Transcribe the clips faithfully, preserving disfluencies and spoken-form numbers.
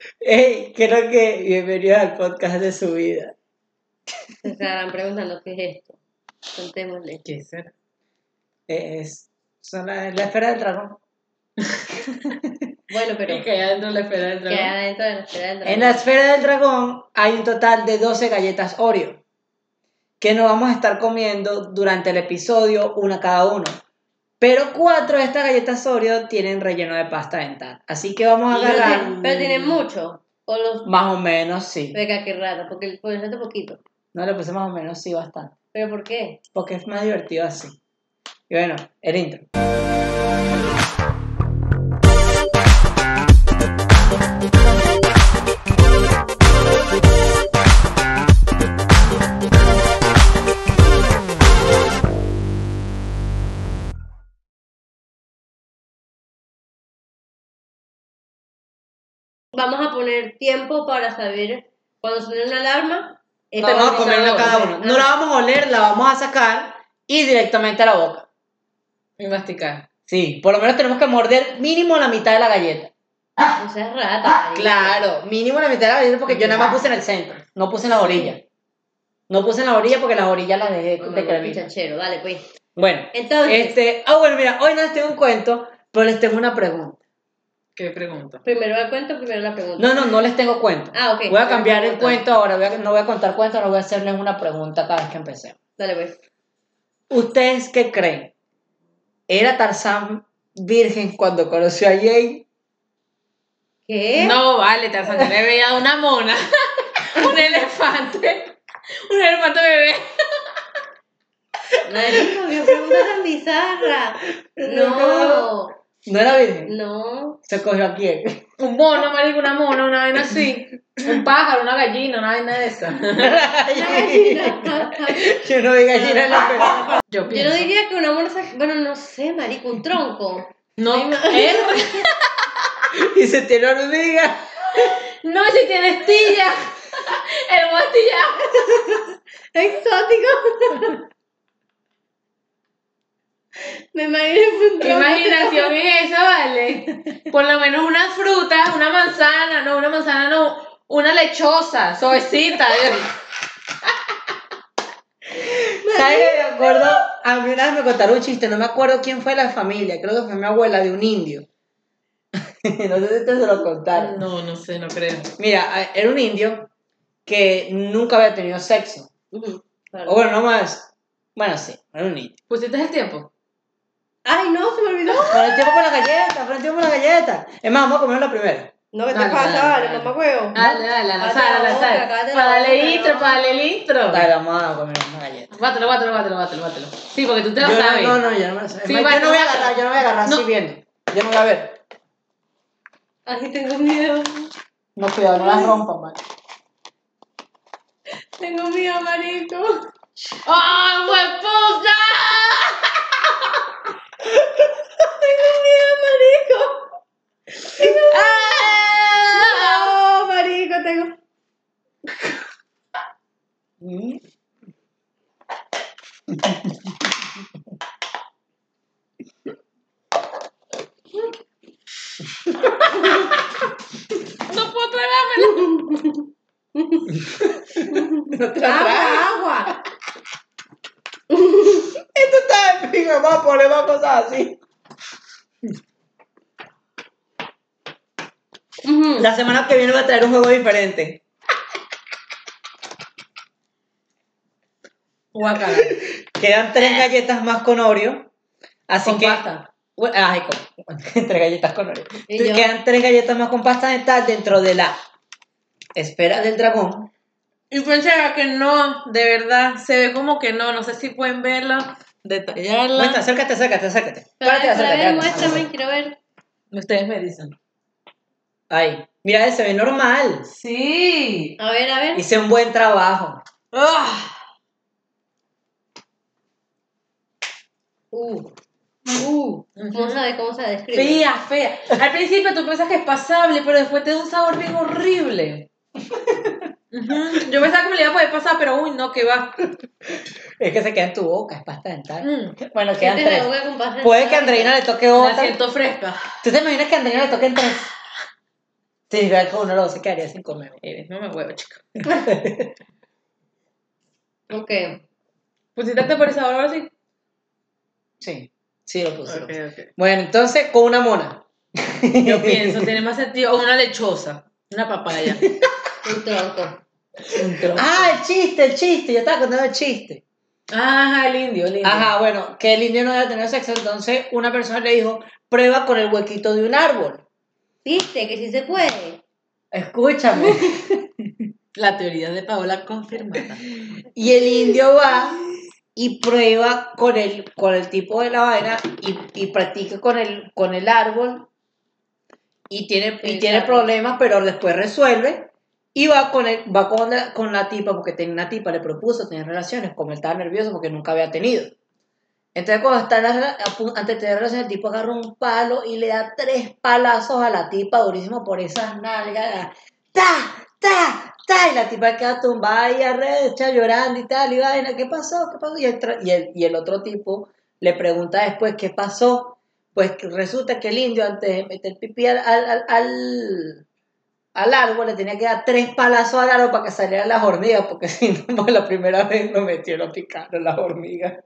Hey, creo que bienvenidos al podcast de su vida. Se estarán preguntando qué es esto. Contémosle. ¿Qué es eso? Es, son la, la esfera del dragón. Bueno, pero Y que hay adentro de la esfera del ¿qué hay dragón. adentro de la esfera del dragón? En la esfera del dragón hay un total de doce galletas Oreo que nos vamos a estar comiendo durante el episodio, una cada uno. Pero cuatro de estas galletas Oreo tienen relleno de pasta dental. Así que vamos a Pero agarrar tiene- Pero tienen mucho. O los. más o menos, sí. Venga, qué raro, porque el pollo es poquito. No le puse más o menos, sí, bastante. ¿Pero por qué? Porque es más divertido así. Y bueno, el intro. Vamos a poner tiempo para saber cuando suene una alarma. Esta vamos a comer una cada uno. No la vamos a oler, la vamos a sacar y directamente a la boca. Y masticar. Sí, por lo menos tenemos que morder mínimo la mitad de la galleta. No seas rata, marica. Claro, mínimo la mitad de la galleta porque yo nada más puse en el centro, no puse en las orillas. No puse en las orillas porque las orillas las dejé No, de no, cremita. pichachero, dale, pues. Bueno, Entonces, este, ah bueno, mira, hoy no les tengo un cuento, pero les tengo una pregunta. ¿Qué pregunta? primero el cuento, primero la pregunta. No, no, no les tengo cuento. Ah, ok. Voy a cambiar el Pregunta. cuento ahora, voy a- no voy a contar cuentos, no voy a hacerles una pregunta cada vez que empecemos. Dale, pues. ¿Ustedes qué creen? ¿Era Tarzán virgen cuando conoció a Jane? ¿Qué? No, vale, Tarzán, yo le veía una mona, un elefante, un elefante bebé. Marico, qué pregunta tan bizarra. No, ¿No era virgen? no. ¿Se cogió a quién? Un mono, marico, una mona, una vaina así. Un pájaro, una gallina, una vaina de esa. Una gallina. Yo no vi gallina en la película. Yo Yo pienso. no diría que una mona sa- Bueno, no sé, marico, un tronco. No, Ay, ma- él, Y se tiene hormiga. no, si tiene estilla. El mostillado. Exótico. Me imagino un ¿Qué tronco. imaginación es esa, vale? Por lo menos una fruta, una manzana, no, una manzana no, una lechosa, suavecita. ¿Sabes qué me acuerdo? A mí una vez me contaron un chiste, no me acuerdo quién fue la familia, creo que fue mi abuela de un indio. No sé si ustedes se lo contaron. No, no sé, no creo. Mira, era un indio que nunca había tenido sexo. Ujú, claro. O bueno, no más. Bueno, sí, era un indio. ¿Pusiste el tiempo? Ay, no, se me olvidó. Por el tiempo con la galleta, por el tiempo con la galleta. Es más, vamos a comer la primera. No, ¿qué te Dale, pasa? dale, Vale, dale. mamá huevo. Dale, dale, al Cállate azar, la al boca, azar. cállate la Para darle boca, intro, no. para darle intro. Dale, vamos a comer una galleta. Bátelo, bátelo, bátelo, bátelo, bátelo. Sí, porque tú te lo Yo sabes. no, no, no, yo no me lo sé. Sí, Es más, vale, yo no voy a vale. agarrar, yo no voy a agarrar No. así viendo. Yo no voy a ver. Ay, tengo miedo. No, cuidado, no las rompas, man. Tengo miedo, marico. ¡Oh, hueputa! Tengo miedo, marico. Tengo ¡Ah! No, marico, tengo. Mm. No puedo tragármelo. No te la traes. Agua, agua. Esto está de pinga, vamos a poner más cosas así. Ujú. La semana que viene voy a traer un juego diferente. Guacala. Quedan tres galletas más con Oreo. Así Con que. pasta. Bueno, Ay, con... tres galletas con Oreo. ¿Y Entonces, yo? quedan tres galletas más con pasta dental dentro de la esfera del dragón. Y pensaba que no, de verdad, se ve como que no, no sé si pueden verlo, detallarla. Muestra, acércate, acércate, acércate. Para, Párate, para acércate. ver, acércate. muéstrame, quiero ver. Ustedes me dicen. Ahí. Mira, se ve normal. Sí. A ver, a ver. Hice un buen trabajo. ¡Ah! Uh. Uh. ¿Cómo sabe? ¿Cómo se describe? Fea, fea. Al principio tú piensas que es pasable, pero después te da un sabor bien horrible. Ujú. Yo pensaba que me le iba a poder pasar, pero uy, no, que va. Es que se queda en tu boca, es pasta dental. Mm. Bueno, quedan Sientes la tres. boca con pasta Puede que a dental. Andreina le toque La otra. siento fresca. ¿Tú te imaginas que a Andreina le toquen tres? Sí, vea que uno lo se quedaría sin comer. Eres no me huevo, chica. Ok. ¿Pusiste temporizador ahora sí? Sí, sí lo puse. Ok, ok. Bueno, entonces con una mona. Yo pienso, tiene más sentido. O una lechosa, una papaya, Un tronco. un tronco. Ah, el chiste, el chiste. Yo estaba contando el chiste. Ajá, el indio, el indio. Ajá, bueno, que el indio no había tenido sexo, entonces una persona le dijo, prueba con el huequito de un árbol. ¿Viste que sí se puede? Escúchame. La teoría de Paola confirmada. Y el indio va y prueba con el, con el tipo de la vaina y, y practica con el, con el árbol y tiene, y Sí, tiene claro. problemas, pero después resuelve y va con el, va con la, con la tipa, porque tenía una tipa, le propuso tener relaciones, como él estaba nervioso porque nunca había tenido. Entonces cuando está en la- a pu- antes de tener relaciones, el tipo agarra un palo y le da tres palazos a la tipa durísimo por esas nalgas. ¡Ta! ¡Ta! ¡Ta! Y la tipa queda tumbada y arrecha, llorando y tal, y vaina, ¿qué pasó? ¿Qué pasó? Y el, tra- y el, y el otro tipo le pregunta después, ¿qué pasó? Pues que resulta que el indio, antes de meter pipí al, al, al, al- al árbol, le tenía que dar tres palazos al árbol para que salieran las hormigas, porque si no, pues, la primera vez lo metió, lo picaron las hormigas.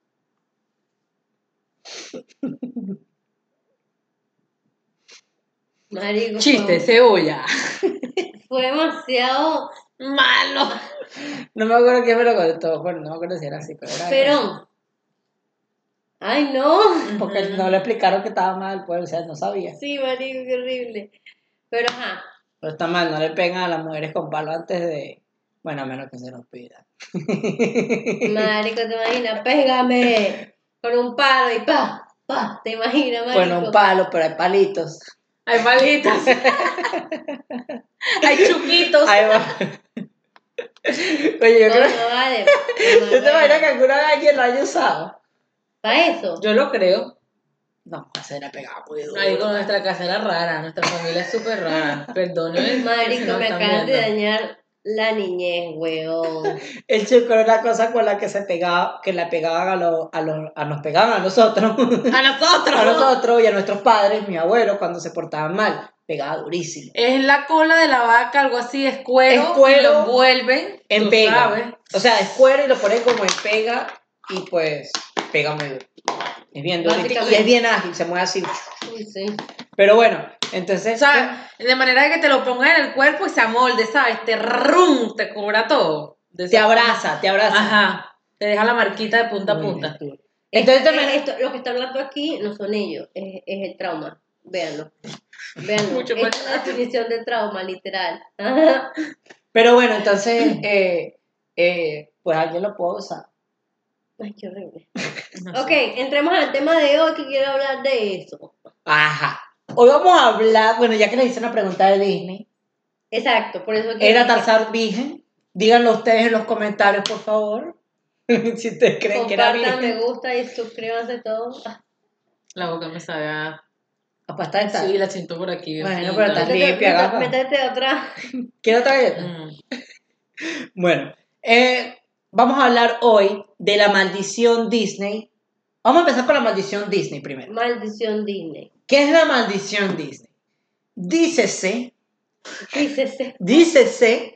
Marico, Chiste, fue, cebolla. fue demasiado Malo. No me acuerdo quién me lo contó, bueno, no me acuerdo si era así, pero era algo así. pero. Ay, no. Porque no le explicaron que estaba mal, pues, o sea, no sabía. Sí, marico, qué horrible. Pero ajá. Pero está mal, no le pegan a las mujeres con palo antes de... Bueno, a menos que se nos pida. Marico, ¿te imaginas? Pégame con un palo y pa, pa. ¿Te imaginas, marico? Bueno, un palo, pero hay palitos. Hay palitas. Hay chuquitos. Ahí va. Oye, yo Coño, creo... vale. ¿Tú te imaginas que alguna vez alguien lo haya usado? ¿Para eso? Yo lo creo. No, se la pegaba muy duro. Ahí con nuestra casa era rara, nuestra familia es súper rara. Perdónenme. si Marico, nos me están acabas de viendo. dañar la niñez, weón. El chico era una cosa con la que se pegaba, que la pegaban a los, a los, a nos pegaban a nosotros. A nosotros. A nosotros y a nuestros padres, mi abuelo, cuando se portaban mal, pegaba durísimo. Es la cola de la vaca, algo así, es cuero, Es cuero y lo envuelven, En tú pega. sabes. O sea, es cuero y lo ponen como en pega y pues pega muy duro. Es bien duro y Básicamente. es bien ágil, se mueve así. Uy, sí. Pero bueno, O entonces... sea, de manera de que te lo pongas en el cuerpo y se amolde, ¿sabes? Te rum, te cubra todo. De Te esa- abraza, te abraza. Ajá. Te deja la marquita de punta a Uy, punta. es duro. Entonces Esto- también... eh, esto, lo que está hablando aquí no son ellos, es, es el trauma. Véanlo. Véanlo. Mucho Esta más. es la definición de trauma, literal. Ajá. Pero bueno, entonces, eh, eh, pues alguien lo puede usar. Ay, qué horrible. No Ok, sé. entremos al tema de hoy que quiero hablar de eso. Ajá. Hoy vamos a hablar, bueno, ya que le hice una pregunta de Disney, Exacto, por eso quiero ¿era Tarzán virgen? Díganlo ustedes en los comentarios, por favor. Si ustedes creen que era compartan, me virgen. gusta y suscríbanse todos. Ah, La boca me sabe a... Ah, pues está, está. Sí, la siento por aquí. bien Bueno, finita. pero está- métete, limpia, métete- gafa. métete otra. ¿Quiere otra galleta? Mm. Bueno, eh, vamos a hablar hoy de la maldición Disney. Vamos a empezar con la maldición Disney primero. Maldición Disney. ¿Qué es la maldición Disney? Dícese, Dícese. dícese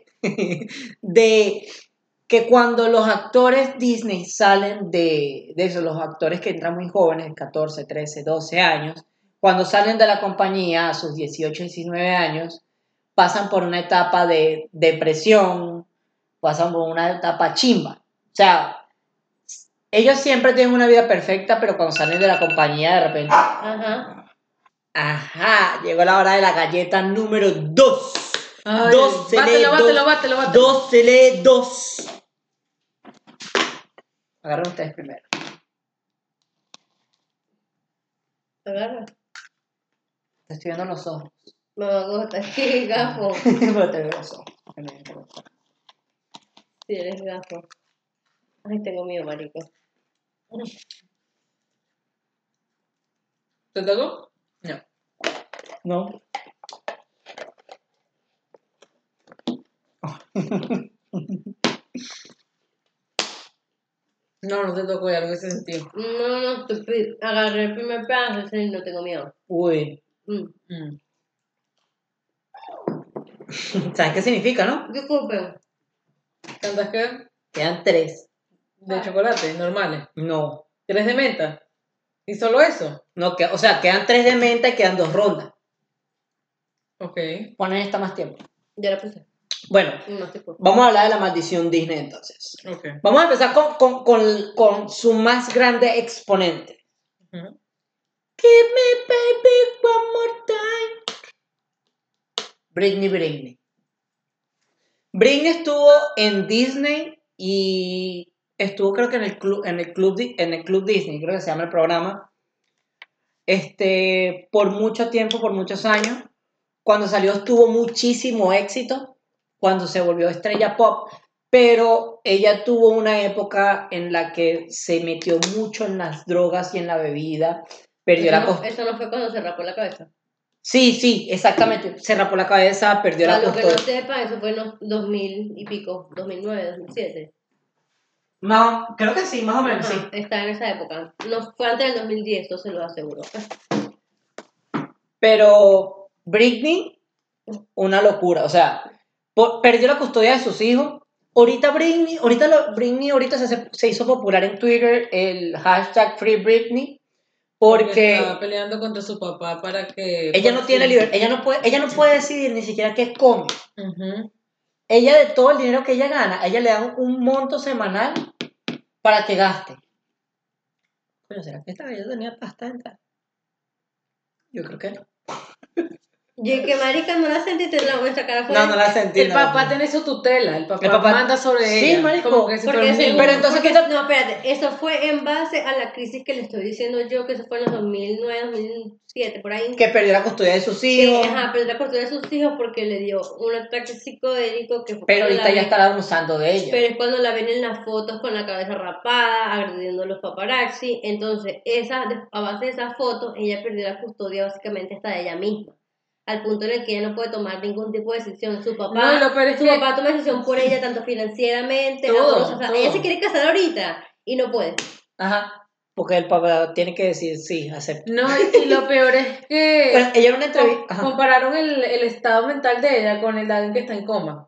de que cuando los actores Disney salen de, de eso, los actores que entran muy jóvenes, catorce, trece, doce años, cuando salen de la compañía a sus dieciocho, diecinueve años, pasan por una etapa de depresión, pasan por una etapa chimba. O sea, ellos siempre tienen una vida perfecta, pero cuando salen de la compañía, de repente, Ajá. ajá, llegó la hora de la galleta número dos. Ay, Dos se lee bátelo, bátelo, dos. bátelo, bátelo. Dos se lee dos. Agarren ustedes primero. Agarra. Te estoy viendo los ojos. Me va a gustar. Sí, gafo. Pero te veo los ojos. Sí, eres gafo. Ay, tengo miedo, marico. ¿Te tocó? No. No. No, no te tocó, ya lo hubiese sentido. No, no, estoy- agarré el primer pedazo y no tengo miedo. Uy. Mm. Mm. ¿Sabes qué significa, no? Disculpen. ¿Tantas que? Quedan tres. De chocolate, normales. No. ¿Tres de menta? ¿Y solo eso? No, que, o sea, quedan tres de menta y quedan dos rondas. Ok. Ponen esta más tiempo. Ya la puse. Bueno, No estoy por. vamos a hablar de la maldición Disney entonces. Ok. Vamos a empezar con, con, con, con su más grande exponente. Ujú. Give me baby one more time. Britney Britney. Britney estuvo en Disney y estuvo creo que en el club, en el club, Di- en el club Disney, creo que se llama el programa. Este, por mucho tiempo, por muchos años. Cuando salió tuvo muchísimo éxito, cuando se volvió estrella pop, pero ella tuvo una época en la que se metió mucho en las drogas y en la bebida, perdió Eso la no, costumbre. eso no fue cuando se rapó la cabeza. Sí, sí, exactamente, se rapó la cabeza, perdió la Para los que no costumbre. sepan, eso fue en los dos mil y pico, dos mil nueve, dos mil siete. No, creo que sí, más o menos, Ajá, sí. está en esa época. No fue antes del dos mil diez, eso se lo aseguro. Pero Britney, una locura, o sea, por- perdió la custodia de sus hijos. Ahorita Britney, ahorita lo- Britney ahorita se, se hizo popular en Twitter el hashtag Free Britney porque estaba peleando contra su papá para que... ella por no tiene fin- libertad, ella no puede, ella no puede decidir ni siquiera qué come. Ujú. Ella de todo el dinero que ella gana, a ella le dan un monto semanal para que gaste. Bueno, ¿será que esta ella tenía pasta dentro? Yo creo que no. Y que marica, no la sentiste, la nuestra cara fue. No, no la sentí. El no la papá sentí. tiene su tutela, el papá, El papá- manda sobre Sí, ella. marico, Como que si Porque fuera un según- niño. Pero entonces, porque- ¿qué tal? no, espérate, eso fue en base a la crisis que le estoy diciendo yo, que eso fue en los dos mil nueve, dos mil siete, por ahí. Que perdió la custodia de sus Que, hijos. ajá, perdió la costura de sus hijos porque le dio un ataque psicodélico que fue Pero cuando ahorita la ya ven- estará abusando de ella. Pero es cuando la ven en las fotos con la cabeza rapada, agrediendo a los paparazzi. Entonces, esa, a base de esas fotos, ella perdió la custodia básicamente hasta de ella misma. Al punto en el que ella no puede tomar ningún tipo de decisión. Su papá, No, y lo peor es su que- papá toma decisión por ella, tanto financieramente, Todo, amorosa. O sea, todo. ella se quiere casar ahorita y no puede. Ajá. Porque el papá tiene que decir sí, acepto. No, y, y lo peor es que Pero ella en una com- entrevista. Ajá. compararon el, el estado mental de ella con el de alguien que está en coma.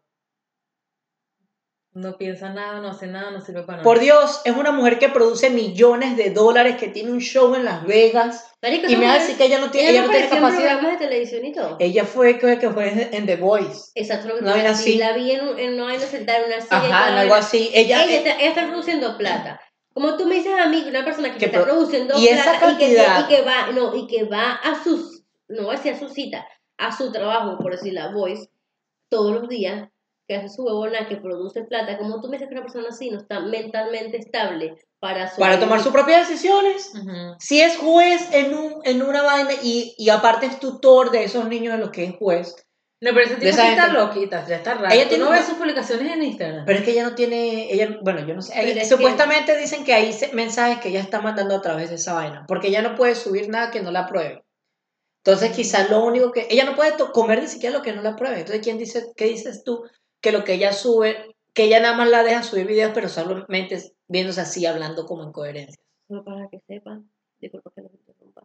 No piensa nada, no hace nada, no sirve para nada. Por Dios, es una mujer que produce millones de dólares, que tiene un show en Las Vegas. Marica, Y esa me va a mujer- decir que ella no tiene, ella ella no tiene apareció en capacidad. programas de televisión y todo. Ella fue, creo que fue en The Voice. Exacto, lo que Una te iba a vaina decir. así. La vi en, un- en una vaina sentada en una silla. y Ajá, toda en la algo vaina. así. Ella, Ella, eh, está, ella está produciendo plata. Como tú me dices a mí, una persona que, Que te está pro- produciendo y esa plata y, que, cantidad- y que va, no, y que va a sus, no voy a decir a su cita, a su trabajo, por decir la voice, todos los días, que hace su huevona, que produce plata. Como tú me dices que una persona así no está mentalmente estable para para tomar sus propias decisiones. Ujú. Si es juez en, un, en una vaina y, y aparte es tutor de esos niños de los que es juez. No, pero ese De tipo esa sí está gente- loquita, ya está raro. Ella ¿Tú tiene no una- ves sus publicaciones en Instagram? Pero es que ella no tiene, ella, bueno, yo no sé, Pero ella- es supuestamente dicen que hay se- mensajes que ella está mandando a través de esa vaina, porque ella no puede subir nada que no la apruebe. Entonces quizás lo único que, ella no puede to- comer ni siquiera lo que no la apruebe. Entonces, ¿quién dice, qué dices tú? Que lo que ella sube, que ella nada más la deja subir videos, pero solamente es viéndose así, hablando como en coherencia. Solo para que sepan, disculpa que los interrumpa.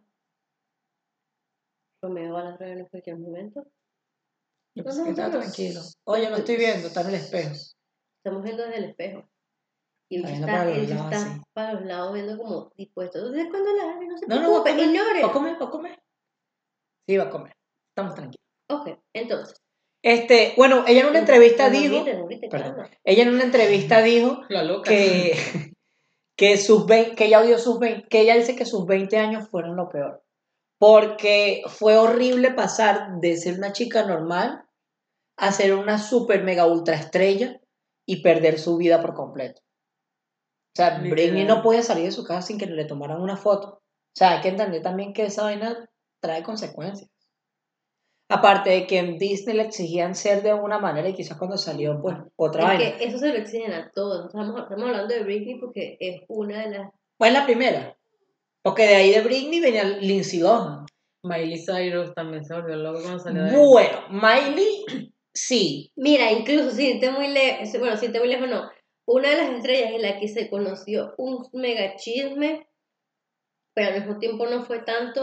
Romeo va a las redes en cualquier momento. Yo No, pensé no, que estaba no, no. tranquilo. Oye, lo estoy viendo, está en el espejo. Estamos viendo desde el espejo. Y Está él viendo está, para los él lados, está así. para los lados viendo como dispuesto. Entonces, cuando la no se No, no, va a preocupe, comer, ignore. va a comer, va a comer. Sí, va a comer. Estamos tranquilos. Ok, entonces. Este, bueno, ella en una entrevista No, no dijo, grite, no grite, perdón, calma. ella en una entrevista dijo La loca. que, que sus veinte, que ella odió sus veinte, que ella dice que sus veinte años fueron lo peor, porque fue horrible pasar de ser una chica normal a ser una super mega ultra estrella y perder su vida por completo. O sea, Literal. Britney no podía salir de su casa sin que le tomaran una foto. O sea, hay que entender también que esa vaina trae consecuencias. Aparte de que en Disney le exigían ser de una manera y quizás cuando salió, pues, otra Es vaina. que eso se lo exigen a todos. Estamos, estamos hablando de Britney porque es una de las. Fue la primera. Porque de ahí de Britney venía Lindsay Lohan. Miley Cyrus también se volvió loco cuando salió de ahí. Bueno, Miley, sí. Mira, incluso sin irte muy lejos, bueno, sin irte muy lejos no. Una de las estrellas en la que se conoció un mega chisme, pero al mismo tiempo no fue tanto,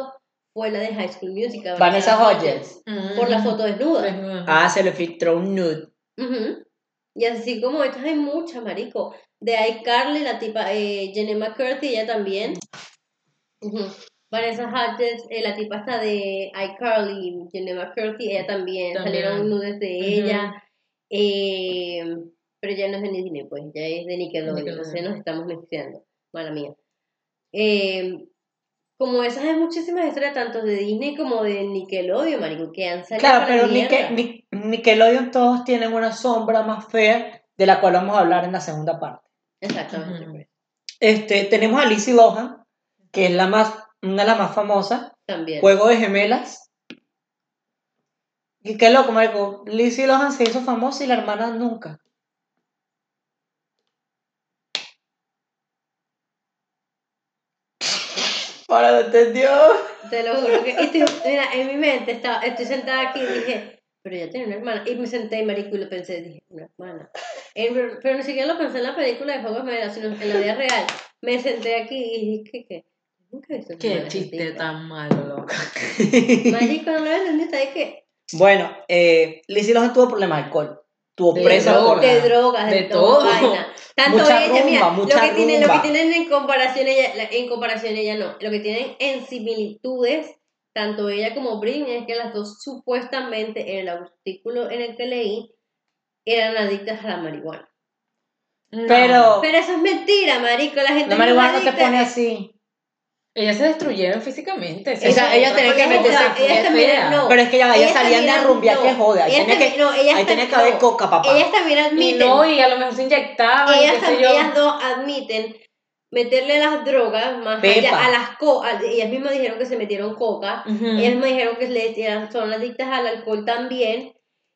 fue la de High School Musical. Vanessa Hudgens. Por la foto desnuda. Desnuda. Ah, se le filtró un nude. Ujú. Y así como estas hay muchas, marico. De iCarly, la tipa, eh, Jenny McCarthy, ella también. Ujú. Vanessa Hudgens, eh, la tipa esta de iCarly, Jenny McCarthy, ella también, También. salieron nudes de Ujú. ella. Eh, pero ya no es de Disney, pues, ya es de Nickelodeon, Nickelodeon. entonces nos estamos mezclando. Mala mía. Eh, como esas hay muchísimas historias, tanto de Disney como de Nickelodeon, marico, que han salido Claro, para pero mierda. Nicke- Nic- Nickelodeon todos tienen una sombra más fea de la cual vamos a hablar en la segunda parte. Exactamente, Ujú. pues, Este, tenemos a Lindsay Lohan, que es la más, una de las más famosas. también. Juego de Gemelas. Y qué loco, marico. Lindsay Lohan se hizo famosa y la hermana nunca. Ahora lo entendió. Te lo juro que, y estoy- mira, en mi mente estaba, estoy sentada aquí y dije, pero ella tiene una hermana. Y me senté, marico, y lo pensé, dije, una hermana. Eh, pero, pero ni siquiera lo pensé en la película de Juegos de Gemelas, sino en la vida real. Me senté aquí y dije, ¿qué, qué? Nunca he visto esa Qué hermana, chiste esa tipa. tan malo, loco. Marico, no lo entendí, ¿sabes qué? Bueno, eh, Lindsay Lohan tuvo problemas de alcohol. Tuvo De presa droga. por... De drogas, de, De todo. todo. Vaina. Tanto Mucha ella, mira, rumba, mucha lo que tienen, lo que rumba. tienen en comparación ella, la- en comparación ella no, lo que tienen en similitudes, tanto ella como Britney, es que las dos supuestamente en el artículo en el que leí eran adictas a la marihuana. No. Pero Pero eso es mentira, marico, la gente la no es marihuana no te adicta. pone así. Ellas se destruyeron físicamente. O sea, ellas tenían que Ellas- meterse- ellas Qué también, fea. no. Pero es que ya, ellas Ellas salían de también- rumbear no. que joda. Ahí Ellas tenía que, también- no, ellas ahí tenía que también- haber no. coca, papá. Ellas también Y admiten. no, y a lo mejor se inyectaban. y ellas, qué sé tam- yo. ellas dos admiten meterle las drogas más Pepa. allá a las co a- ellas mismas dijeron que se metieron coca, Ujú. ellas mismas dijeron que le, eran- son adictas al alcohol también,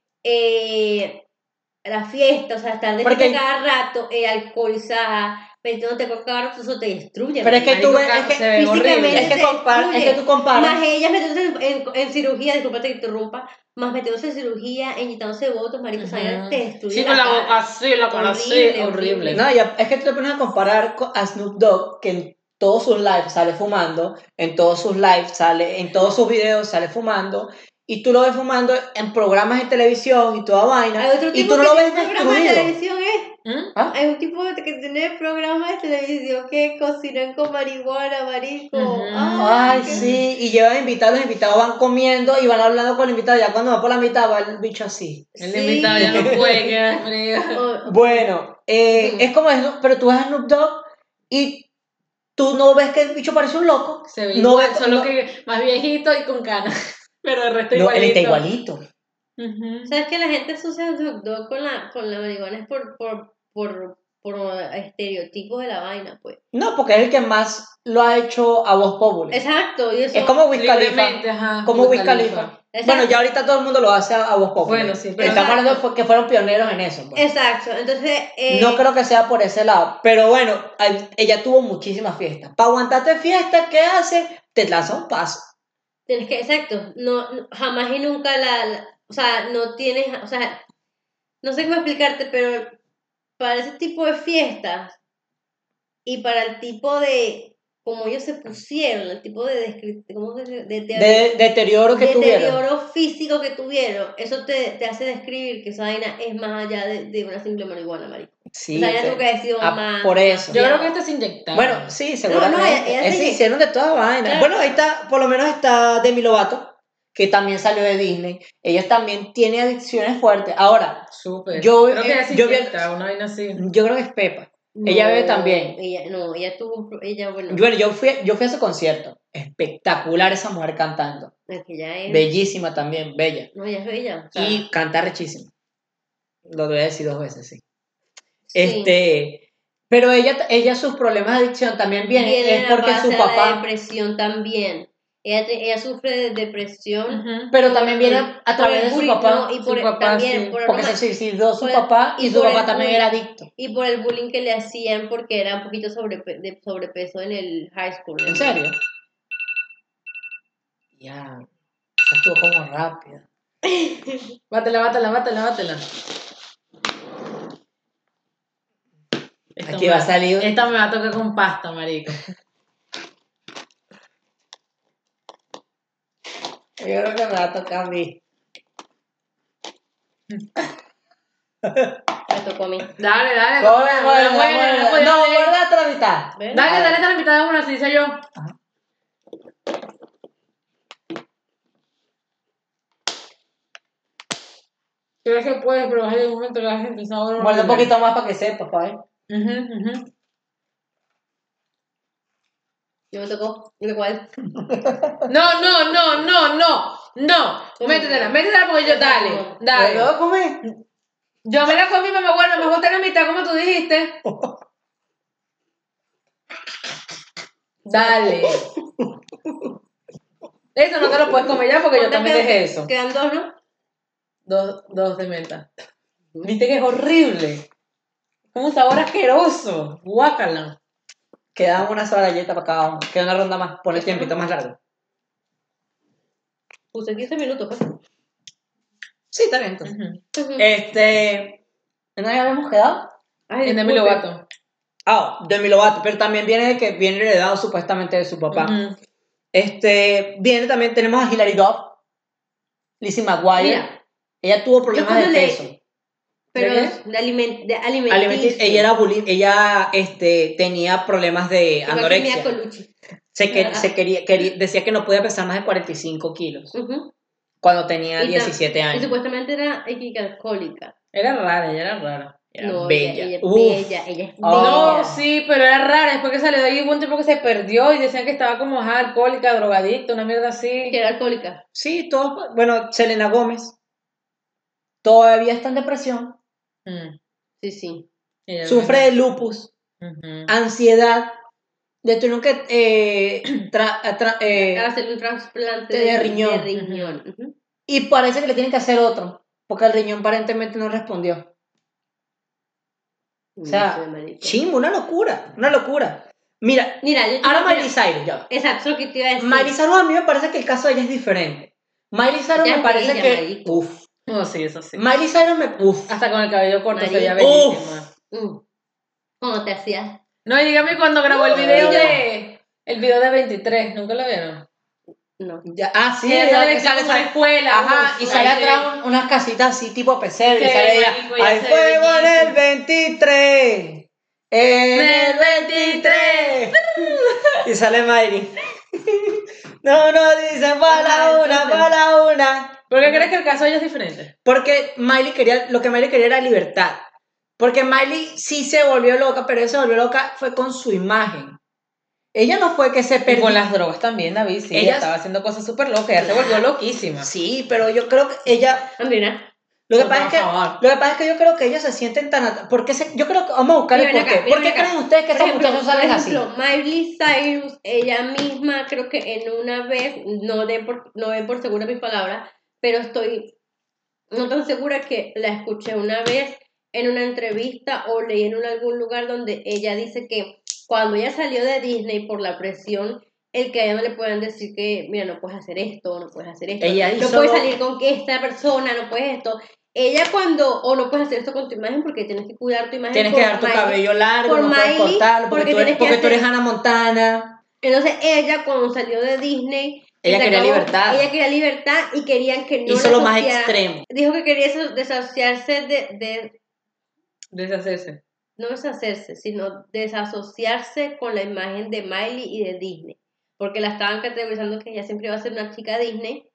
eh, la fiesta, o sea, estar de Porque- fiesta cada rato, eh, alcoholizada, metiéndote coca cada rato, eso te destruye. Pero es que marico. tú ves, Marico, es se que ve Físicamente horrible. Es que te compara- es destruye. que tú comparas- Más ellas metiéndose en, en, en cirugía, disculpa que te interrumpa, más metiéndose en cirugía, inyectándose votos, marico, esa vaina Ujú. te destruye Sí, la con la cara. boca así, la cara así, Horrible, horrible. No, ya, es que tú te pones a comparar con- a Snoop Dogg, que en todos sus lives sale fumando, en todos sus lives sale, en todos sus videos sale fumando, y tú lo ves fumando en programas de televisión y toda vaina, Hay otro y tipo tú no que lo tiene ves programa de destruido. televisión, ¿eh? ¿Mm? ¿Ah? Hay un tipo que tiene programas de televisión que cocinan con marihuana, marico. Ujú. Ay, qué- sí, y llevan invitados, los invitados van comiendo y van hablando con el invitado, ya cuando va por la mitad va el bicho así. El Sí. invitado ya no puede quedar frío. O- Bueno, eh, Ujú. es como eso, pero tú ves a Snoop Dogg y tú no ves que el bicho parece un loco. Se ve no igual, ves- solo no- que más viejito y con canas. Pero el resto No, él igualito. está igualito. Ujú. ¿Sabes que la gente asocia el hot dog con la, con la marihuana es por, por, por, por estereotipos de la vaina, pues? No, porque es el que más lo ha hecho a voz popular. Exacto, y eso. Es como Wiz Libremente, Khalifa. ajá. Como Wiz Wiz Khalifa. Khalifa. Exacto. Bueno, ya ahorita todo el mundo lo hace a, a voz popular. Bueno, sí, pero pero- estamos hablando fue- que fueron pioneros en eso. pues. Exacto, entonces. Eh, No creo que sea por ese lado. Pero bueno, ay- ella tuvo muchísimas fiestas. Para aguantarte fiestas, ¿qué hace? Te lanza un paso. Tienes que, exacto, no, no- jamás y nunca la, la- o sea, no tienes, o sea, no sé cómo explicarte, pero para ese tipo de fiestas y para el tipo de, como ellos se pusieron, el tipo de, descri- ¿cómo se dice? de, de- De deterioro que tuvieron. deterioro físico que tuvieron, eso te, te hace describir que esa vaina es más allá de, de una simple marihuana, marico. Sí, esa vaina te- tuvo que haber sido ah, más. por eso. Yo creo que esta se inyectaron. Bueno, sí, seguramente. No, no, ella- ella Eh, se se lle- hicieron de todas vainas. Claro. Bueno, ahí está, por lo menos está Demi Lovato, que también salió de Disney. Ella también tiene adicciones fuertes. Ahora, Súper. Yo- creo que eh, ella se yo vi- inyecta, una vaina así. yo creo que es Pepa. No, Ella bebe también. Ella, no, ella tuvo, un pro- ella, bueno, Bueno, yo fui, yo fui a su concierto. Espectacular esa mujer cantando. es que ella es, Bellísima también, bella. no, ella es bella. O sea, Y canta rechísimo. Lo voy a decir dos veces, sí. sí. Este, pero ella, ella sus problemas de adicción también vienen, Viene es a porque base su de la papá, depresión también. Ella, te- ella sufre de depresión. Ujú. pero también viene a por través el de su bullying, papá, no, y Su por el- papá, también sí. por el porque se broma- suicidó su por el- papá y, y su por papá el también bullying. era adicto. y por el bullying que le hacían porque era un poquito sobrepe- de sobrepeso en el high school. ¿En serio? Ya, esa estuvo como rápida. Bátela, bátela, bátela, bátela. Esta Aquí me va a salir. Esta me va a tocar con pasta, marico. Yo creo que me va a tocar a mí. Me tocó a mí. Dale, dale. Come, una muerde, buena, muerde. una buena, No, dale. muerde hasta la mitad. ¿Ves? Dale, dale hasta la mitad de una, así dice yo. Creo que puedes, pero hay un momento que la gente sabe. Muerde un poquito más para que sepas, pa' ver. Ujú, ujú. Yo me tocó. Me tocó a él. No, no, no, no, no. No. Métetela, métetela porque yo, dale. ¿Me Dale. lo voy a comer? Yo me la comí, mamá, bueno, me gusta la mitad, como tú dijiste. Dale. Eso no te lo puedes comer ya porque yo también ¿Cuántas dejé quedan? eso. Quedan dos, ¿no? Dos, dos de menta. Viste que es horrible. Como un sabor asqueroso. Guácala. Queda una sola galleta para cada uno. Queda una ronda más. Pon el tiempito más largo. Puse quince minutos, pues. Sí, está bien, entonces. Ujú. Ujú. Este... ¿En dónde habíamos quedado? Ay, En Demi disculpe. Lovato. Ah, Demi Lovato. Pero también viene de que viene heredado supuestamente de su papá. Ujú. Este... Viene también, tenemos a Hilary Duff. Lizzie McGuire. Mira, Ella tuvo yo problemas cuando de leí, peso. pero ¿De de, qué? aliment, de Alimenti- alimenticio. ella era bullying, ella este, tenía problemas de Igual que Mia anorexia. Colucci. Se, que, Ah. se quería, quería- decía que no podía pesar más de cuarenta y cinco kilos Ujú. cuando tenía Y tam- diecisiete Y años. supuestamente era alcohólica. Era rara, ella era rara. Era No, bella. ella, ella es Uf. bella, ella es Oh. bella. No, sí, pero era rara. Después que salió de ahí hubo un tiempo que se perdió y decían que estaba como ajá, alcohólica, drogadicta, una mierda así. Que era alcohólica. Sí, todo. Bueno, Selena Gómez todavía está en depresión. Mm, Sí, sí. ella Sufre era- de lupus, Ujú. ansiedad. Le tuvieron que eh, tra- tra- eh, Hacerle un trasplante de de, riñón. de riñón. Ujú. y parece que le tienen que hacer otro, porque el riñón aparentemente no respondió. O No sé, sea, marico. chimbo, una locura, una locura. Mira, Mira, yo ahora mira, Miley Cyrus, ya va. exacto, lo que te iba a decir. Miley Cyrus a mí me parece que el caso de ella es diferente. Miley Cyrus Ya me es parece bella, que... marico. Uf. No, sí, eso sí. Miley Cyrus me... Uf. Hasta con el cabello corto se veía Marico. bellísima. Mm. ¿Cómo te hacías? No, y dígame cuando grabó el Ay, video ya. de... El video de veintitrés, ¿nunca lo vieron? No. Ya, ah, sí, Que ella ya, sale que vestida sale, como una sale- escuela. Ajá, y unos- sale ay, sí. atrás un- unas casitas así tipo pesebre y Sí, sale ella. marico, ella Hay se ve fuego en bellísima. el veintitrés. En el veintitrés. Y sale Miley. No, no, dicen para la Ajá, una, entonces. para la una. ¿Por qué crees que el caso de ella es diferente? Porque Miley quería, lo que Miley quería era libertad. Porque Miley sí se volvió loca, pero ella se volvió loca fue con su imagen. Ella no fue que se Y perdió. con las drogas también, David, sí, Ella- ella estaba haciendo cosas súper locas, ella se volvió loquísima. Sí, pero yo creo que ella... Andrina. Lo que, Por pasa es que, favor. lo que pasa es que yo creo que ellos se sienten tan... at- ¿Por qué se- yo creo que... Vamos a buscar el Mira, por ven acá, qué. mira, ¿Por qué ven acá. creen ustedes que Por estos ejemplo, muchachos por salen así? ejemplo, Miley Cyrus, ella misma, creo que en una vez, no den por, no den por segura mis palabras, pero estoy no tan segura que la escuché una vez en una entrevista o leí en un- algún lugar donde ella dice que cuando ella salió de Disney por la presión, el que a ella no le pueden decir que, mira, no puedes hacer esto, no puedes hacer esto, Ella no hizo puedes lo- salir con que esta persona, no puedes esto. Ella cuando, o no puedes hacer esto con tu imagen porque tienes que cuidar tu imagen. Tienes por que dar tu Miley. cabello largo, por no puedes Miley, cortarlo, porque, porque tú eres, tienes que porque tú eres hacer- Hannah Montana. Entonces ella cuando salió de Disney, que Ella se quería libertad. Ella quería libertad y querían que no Hizo la lo más asociara- extremo. Dijo que quería eso- desasociarse de, de, Deshacerse. no deshacerse, sino desasociarse con la imagen de Miley y de Disney, porque la estaban categorizando que ella siempre iba a ser una chica Disney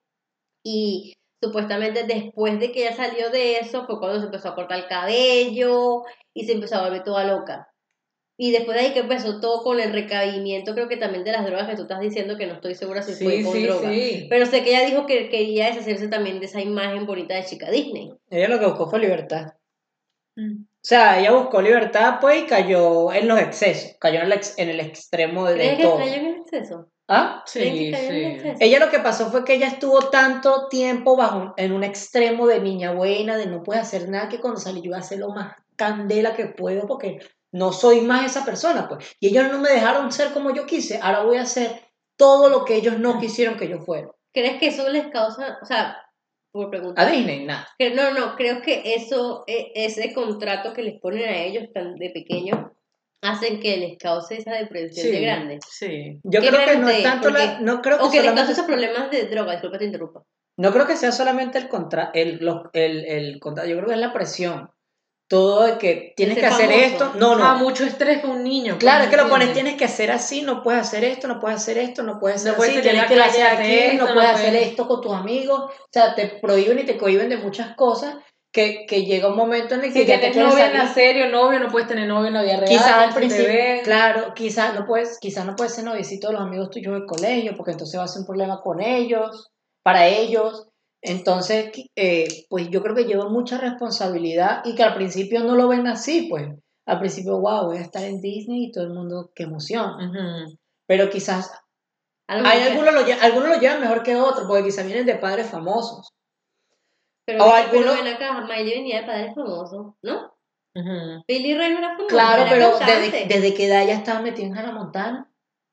y supuestamente después de que ella salió de eso fue cuando se empezó a cortar el cabello y se empezó a volver toda loca. Y después de ahí que empezó todo con el recaimiento, creo que también de las drogas que tú estás diciendo, que no estoy segura si fue Sí, con sí, droga. sí. Pero sé que ella dijo que quería deshacerse también de esa imagen bonita de chica Disney. Ella lo que buscó fue libertad. Mm. O sea, ella buscó libertad, pues, y cayó en los excesos. Cayó en el, ex- en el extremo de, de ¿Crees que todo. cayó en el exceso? ¿Ah? ¿Creen que Sí, cayó en el sí. exceso? Ella lo que pasó fue que ella estuvo tanto tiempo bajo en un extremo de niña buena, de no puede hacer nada, que cuando salí yo iba a hacer lo más candela que puedo porque no soy más esa persona, pues. Y ellos no me dejaron ser como yo quise, ahora voy a hacer todo lo que ellos no quisieron que yo fuera. ¿Crees que eso les causa, o sea, por A preguntar? Disney, nada. que- No, no, creo que eso, e- ese contrato que les ponen a ellos tan de pequeños, hacen que les cause esa depresión Sí. de grande. Sí. Yo ¿Qué creo que creen no es ustedes? tanto la... Porque- No creo que O que les solamente... cause esos problemas de droga, disculpa te interrumpa. No creo que sea solamente el contra... El, los- el, el contra... Yo creo que es la presión. Todo de que tienes ser que hacer famoso. esto. No, no. Ah, mucho estrés con un niño. Claro, es que lo ¿entiendes? pones, tienes que hacer así, no puedes hacer esto, no puedes hacer esto, no puedes No hacer puedes así, salir a tienes la que calle hacer a aquí, hacer no esto, puedes no hacer puedes- esto con tus amigos, o sea, te prohíben y te cohiben de muchas cosas que, que llega un momento en el que Si ya te tienes quieres novia en salir. la serie o novio, no puedes tener novio en la vida real. Quizás al si te principio, ven. claro, quizás no puedes, quizás no puedes ser noviecito de los amigos tuyos del colegio, porque entonces va a ser un problema con ellos, para ellos. Entonces, eh, pues yo creo que lleva mucha responsabilidad y que al principio no lo ven así, pues. Al principio, wow, voy a estar en Disney y todo el mundo, qué emoción. Ujú. Pero quizás Algo hay que- algunos lo, lle- algunos lo llevan mejor que otros, porque quizás vienen de padres famosos. Pero, o ven- pero alguno- ven acá, Miley venía de padres famosos, ¿no? Ujú. Billy Ray no era famoso. Claro, era pero cantante. desde, desde qué edad ya estaba metido en Hannah Montana,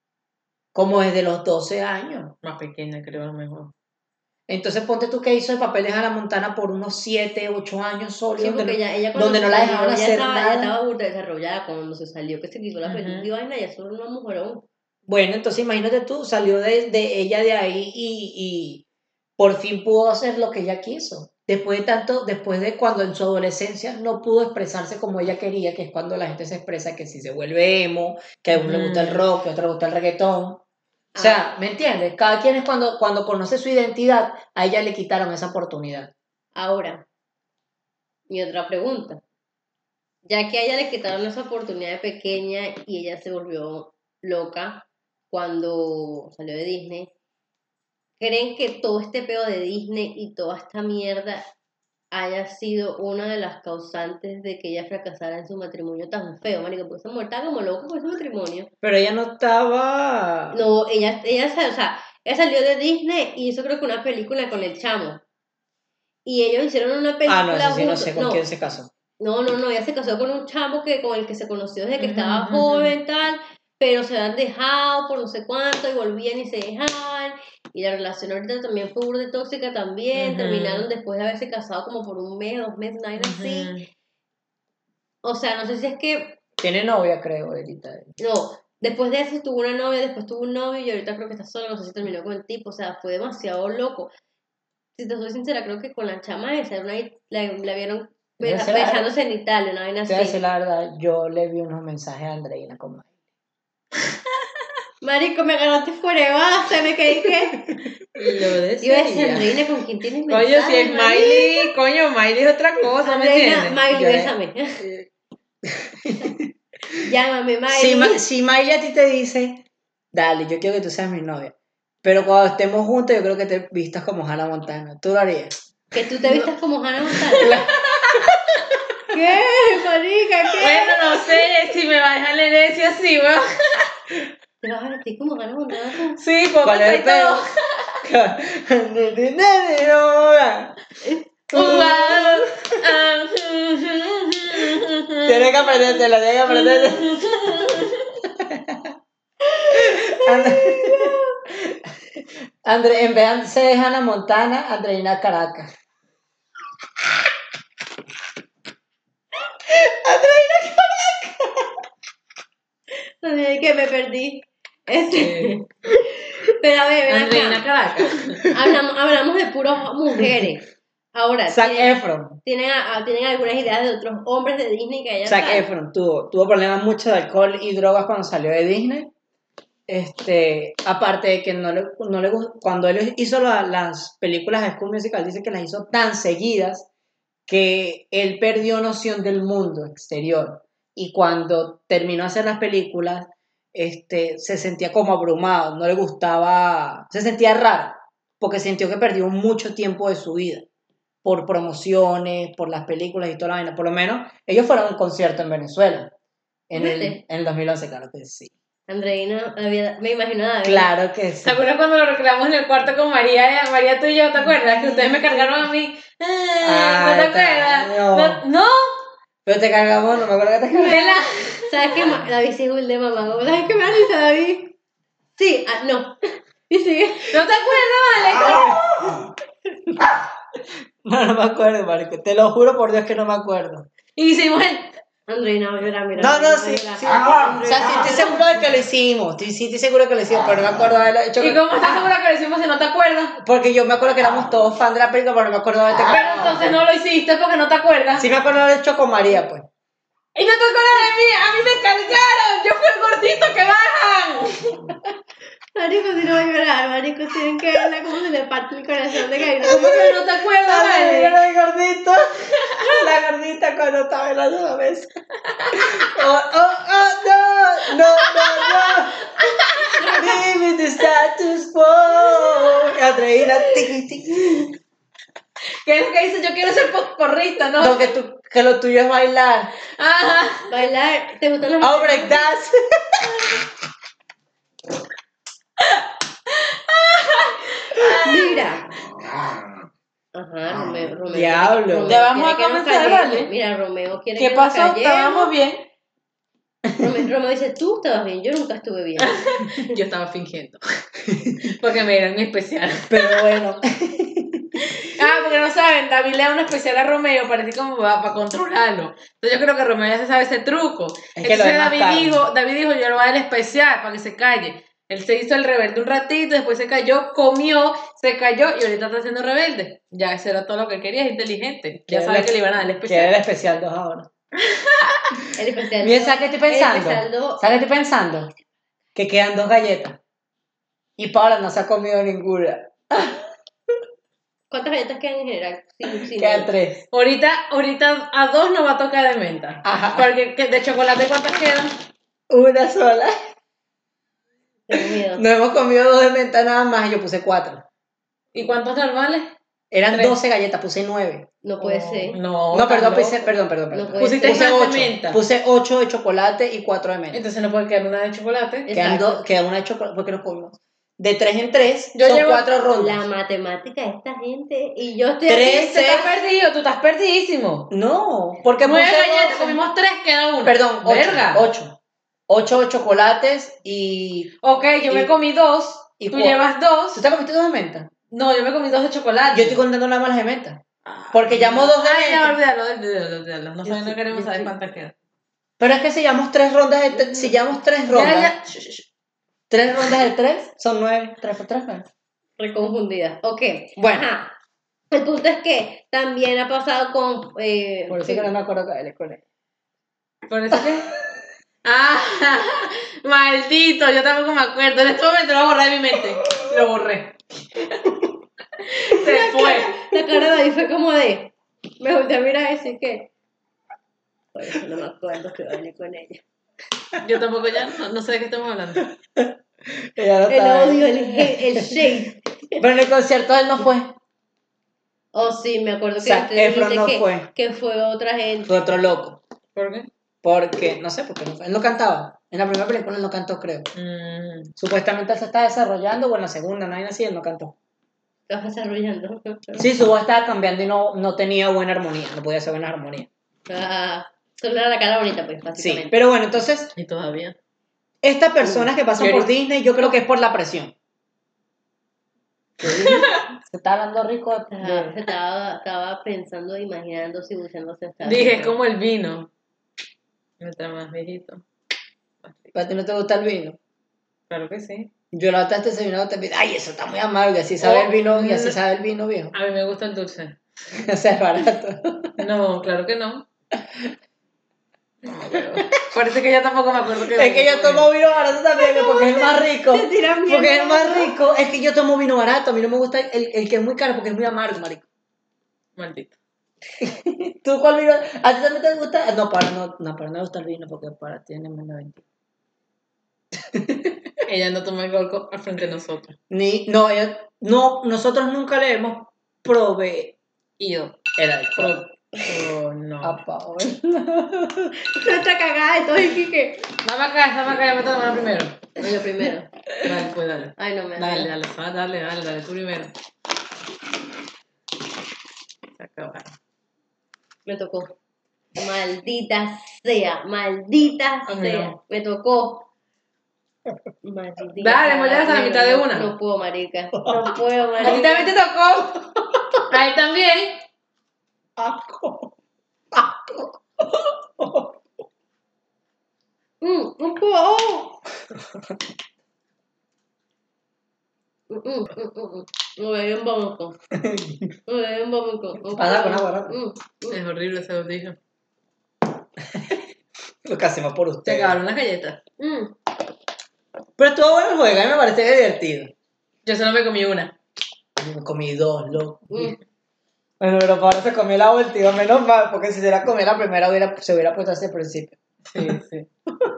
como desde los doce años. Más pequeña, creo, a lo mejor. Entonces ponte tú que hizo el papel de Hannah Montana por unos siete, ocho años solo, Sí, donde, porque no- ella, ella cuando donde se no la salió, dejaban ya hacer estaba, nada. ya estaba burda desarrollada cuando se salió, que se quitó la Ujú. peluca y vaina, ya solo una mujerón. Bueno, entonces imagínate tú, salió de, de ella de ahí y, y por fin pudo hacer lo que ella quiso. Después de tanto, después de cuando en su adolescencia no pudo expresarse como ella quería, que es cuando la gente se expresa que si se vuelve emo, que a uno le gusta el Ujú. rock, que a otro le gusta el reggaetón. O sea, ¿me entiendes? Cada quien es cuando, cuando conoce su identidad, a ella le quitaron esa oportunidad. Ahora, mi otra pregunta. Ya que a ella le quitaron esa oportunidad de pequeña y ella se volvió loca cuando salió de Disney, ¿creen que todo este pedo de Disney y toda esta mierda haya sido una de las causantes de que ella fracasara en su matrimonio tan feo, marico? Porque esa mujer estaba como loca por ese matrimonio. Pero ella no estaba... No, ella, ella, sa- o sea, ella salió de Disney y hizo creo que una película con el chamo. Y ellos hicieron una película Ah, no, eso sí, no juntos. sé con No, quién se casó. no, no, no, ella se casó con un chamo que, con el que se conoció desde que Ujú, estaba ujú. joven, tal, pero se habían dejado por no sé cuánto y volvían y se dejaban. Y la relación ahorita también fue burda y tóxica también. Ujú. Terminaron después de haberse casado como por un mes, dos meses, una vaina así. Ujú. O sea, no sé si es que, Tiene novia, creo, ahorita. no, después de eso tuvo una novia, después tuvo un novio y ahorita creo que está sola, no sé si terminó con el tipo, o sea, fue demasiado loco. Si te soy sincera, creo que con la chama esa, era una, la, la vieron Debe ser la- besándose en Italia, una vaina Te voy a así. decir la verdad, yo le vi unos mensajes a Andreina con Miley. Marico, me agarraste fuera de base, me quedé que... Lo Iba a decir, decía. Andreina, ¿con quién tienes Coño, si mensajes, es Miley, coño, Miley es otra cosa, ¿me Andreina, entiendes? Miley, Yo- bésame. Llámame, Miley. Si, Ma- si Miley a ti te dice, dale, yo quiero que tú seas mi novia, pero cuando estemos juntos yo creo que te vistas como Hannah Montana, ¿tú lo harías? Que tú te vistas como Hannah Montana. ¿Qué, marica? ¿Qué? Bueno, no sé si me va a dejar la herencia así, weón. ¿Te vas a vestir como Hannah Montana tú? Sí, porque ¿Cuál es el soy todo. pedo? Tienes que aprendértela, tienes que aprendértela. Andre, en vez de ser Hannah Montana, Andreina Caracas. Ay, que me perdí. Este, Sí. pero a ver, ven Andreina acá. Caracas. Hablamos, hablamos de puras mujeres. Ahora, Zac ¿tienen, Efron. tienen, a- a- tienen algunas ideas de otros hombres de Disney que hayan Zac tal? Efron tuvo, tuvo problemas mucho de alcohol y drogas cuando salió de Disney. Este, aparte de que no le, no le gust- cuando él hizo la- las películas de School Musical, dice que las hizo tan seguidas que él perdió noción del mundo exterior. Y cuando terminó de hacer las películas, este, se sentía como abrumado, no le gustaba, se sentía raro, porque sintió que perdió mucho tiempo de su vida por promociones, por las películas y toda la vaina. Por lo menos, ellos fueron a un concierto en Venezuela en el, ¿Viste? en el dos mil once, claro que sí. Andreina, David- me imagino a David. Claro que sí. ¿Te acuerdas cuando lo reclamamos en el cuarto con María, María tú y yo? ¿Te acuerdas? Que ustedes me cargaron a mí. Ah, ¿no te Ay, acuerdas? no. ¿No? ¿No? Pero te cargamos, no me acuerdo que te cargamos. Vela. ¿Sabes qué? Ma- David sí es un de mamá. ¿Sabes qué me da risa, David? Sí, ah, no. Y sigue. ¿No te acuerdas, vale? No, no me acuerdo, marico. Te lo juro por Dios que no me acuerdo. Y hicimos el... Andreina va a llorar, mira. No, no, Andreina sí, va a sí. llorar. O sea, sí estoy seguro de que lo hicimos. Estoy, sí estoy seguro de que lo hicimos, pero no me acuerdo de haberlo hecho. ¿Y cómo estás segura que lo hicimos si no te acuerdas? Porque yo me acuerdo que éramos todos fans de la película, pero no me acuerdo de haber Pero entonces no lo hiciste porque no te acuerdas. Sí me acuerdo de haber hecho con María, pues. Y no te acuerdas de mí, a mí me cargaron, yo fui el gordito que bajan. Marico, si no va a llorar, marico, tienen que verla cómo se le parte el corazón de Gabriela. ¿Cómo que no te acuerdas, Ay, vale? era el gordito. La gordita cuando estaba en la nueva mesa. Oh, oh, oh, no, no, no, no. Leave the status quo. Andreina, tiqui, tiqui. ¿Qué es lo que dice? Yo quiero ser porrista, ¿no? No, que, tú, que lo tuyo es bailar. Ajá. Bailar, ¿te gustan las Oh, break dance. Mira. Ajá, Romeo, Romeo. Diablo. quiere que- Romeo Ya vamos quiere a que nos comenzar, callemos. ¿vale? Mira, Romeo quiere ¿Qué que nos pasó? callemos. ¿Estábamos bien? Romeo, Romeo dice, tú estabas bien, yo nunca estuve bien. Yo estaba fingiendo. Porque me dieron mi especial. Pero bueno. Ah, porque no saben, David le da un especial a Romeo para decir cómo va, para controlarlo. Entonces yo creo que Romeo ya se sabe ese truco. Es que lo Entonces demás David tarde. dijo, David dijo, yo le voy a dar el especial para que se calle. Él se hizo el rebelde un ratito, después se cayó, comió, se cayó y ahorita está haciendo rebelde. Ya eso era todo lo que quería, es inteligente. Ya sabe que le iban a dar el Que era el especial. especial dos ahora. El especial. Mira, ¿sabes qué estoy El pensando? especial do- ¿Sabes qué estoy pensando? Que quedan dos galletas. Y Paula no se ha comido ninguna. ¿Cuántas galletas quedan en general? Sí, sí, Quedan no. tres. Ahorita, ahorita a dos nos va a tocar de menta. Ajá. Porque que- de chocolate, ¿cuántas quedan? Una sola. Tengo miedo. Nos hemos comido dos de menta nada más y yo puse cuatro. ¿Y cuántos normales? Eran Tres. doce galletas, puse nueve. No puede ser. No, No, perdón, estás puse, loco. perdón, perdón, perdón. No puede Pusiste Puse más de ocho. menta. Puse ocho de chocolate y cuatro de menta. Entonces no puede quedar una de chocolate. Quedan, Exacto. dos, queda una de chocolate porque nos comimos. De tres en tres Yo son llevo cuatro La rondas. matemática de esta gente y yo estoy Tres, aquí. Tú estás perdido, tú estás perdidísimo. No, porque Nueve puse galletas, doce. comimos tres, queda una. Perdón, ocho. Verga. Ocho. Ocho de chocolates y... Ok, yo Y- me comí dos, y tú cua- llevas dos. ¿Tú te comiste dos de menta? No, yo me comí dos de chocolate. Yo estoy contando nada más las de menta. Porque llamo dos de Ay, ya, menta. olvídalo, olvídalo, olvídalo. No, Yo saben, no sí- queremos yo saber sí- cuántas quedan. Pero es que si llevamos tres rondas de... tre- Si llevamos tres rondas... Ya, ya. Shh, shh, shh. Tres rondas de tres son nueve. Tres por tres, nueve. Reconfundida. Ok. Bueno. Ajá. El punto es que también ha pasado con. Eh, Por eso que no me acuerdo que él con él. ¿Por eso qué? Ah, maldito, yo tampoco me acuerdo. En este momento lo voy a borrar de mi mente. Lo borré. Se fue. La cara de ahí fue como de. Me volteé a mirar y decir que. Por eso no me acuerdo que bailé con ella. Yo tampoco ya no, no sé de qué estamos hablando. Ella no El estaba ahí. odio, el, hate, el shade. Pero en el concierto él no fue. Oh, sí, me acuerdo que Zac te Efron dijiste no que, fue. que fue otra gente. Fue otro loco. ¿Por qué? Porque, no sé, porque no fue. Él no cantaba. En la primera película él no cantó, creo. Mm, Supuestamente él se estaba desarrollando, o en la segunda, no hay así, él no cantó. Estás desarrollando. Sí, su voz estaba cambiando y no, no tenía buena armonía, no podía hacer buena armonía. Ah, solo era la cara bonita, pues, Sí, básicamente. pero bueno, entonces, y todavía. estas personas que pasan Yo por ahorita- Disney, yo creo que es por la presión. Se está hablando rico de... Ajá, de- estaba, estaba pensando, imaginándose y buceándose. hasta- Dije, es como el vino. Mientras más viejito. más rico. ¿Para ti no te gusta el vino? Claro que sí. Yo la otra vez te desayunaba, te pide, ay, eso está muy amargo, y así sabe el vino, y así sabe el vino viejo. A mí me gusta el dulce. O sea, es barato. No, claro que no. Parece que yo tampoco me acuerdo que Es que yo tomo vino barato también, porque es el más rico. Te tiran bien Porque es el barato. más rico. Es que yo tomo vino barato, a mí no me gusta el, el que es muy caro porque es muy amargo, marico. Maldito. ¿Tú cuál vino? ¿A ti también te gusta? No, para no, no, para no me gusta el vino porque para ti tiene menos de veinte. Ella no toma alcohol co- al frente de nosotros. Ni, no, ella- no, nosotros nunca le hemos proveído Y yo. el alcohol Oh, no. a Paola. Nuestra cagada de todo y que. Dame acá, dame acá, ya me tomo primero. No, yo primero. Dale, pues dale. Ay, no me Dale, dale, dale, dale, dale, dale, tú primero. Se acabaron. Me tocó. Maldita sea, maldita A mí sea. no. Me tocó. Maldita. Dale, pues ya hasta la No, mitad de no, una. No puedo, marica. No puedo, A ti marica. también te tocó. A él también. Asco. Asco. Mm, mm, mm, mm, mm. Me voy en vómito. Me voy en vómito. Pasa con agua, ¿no? Mm, mm. Es horrible ese audífono. Lo que hacemos por Se ustedes. acabaron las galletas. Mm. Pero estuvo bueno el juego, a mí me pareció divertido. Yo solo me comí una. Yo me comí dos, loco. Mm. Bueno, pero ahora se comió la última, menos mal, porque si se la comió la primera hubiera, se hubiera puesto hacia el principio. Sí, sí.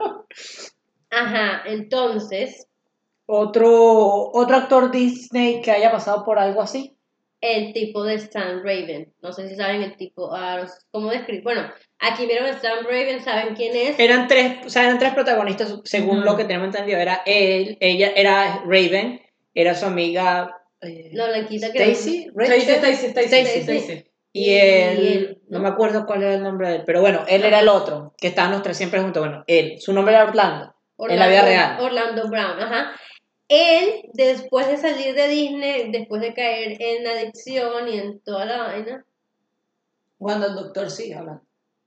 Ajá, entonces, Otro, otro actor Disney que haya pasado por algo así. el tipo de Stan Raven. No sé si saben el tipo, ah, no sé cómo describir. Bueno, aquí vieron a Stan Raven, ¿saben quién es? Eran tres, o sea, eran tres protagonistas, según Ujú. lo que tenemos entendido. Era él, ella era Raven, era su amiga eh, La blanquita que Stacy, Stacy, Rachel, Stacy, Stacy, Stacy. Stacy. y y él, él, no ¿no? me acuerdo cuál era el nombre de él, pero bueno, él era el otro, que estaban los tres siempre juntos. Bueno, él, su nombre era Orlando, en la vida real. Orlando Brown, ajá. Él, después de salir de Disney, después de caer en la adicción y en toda la vaina, Cuando el doctor sigue hablando.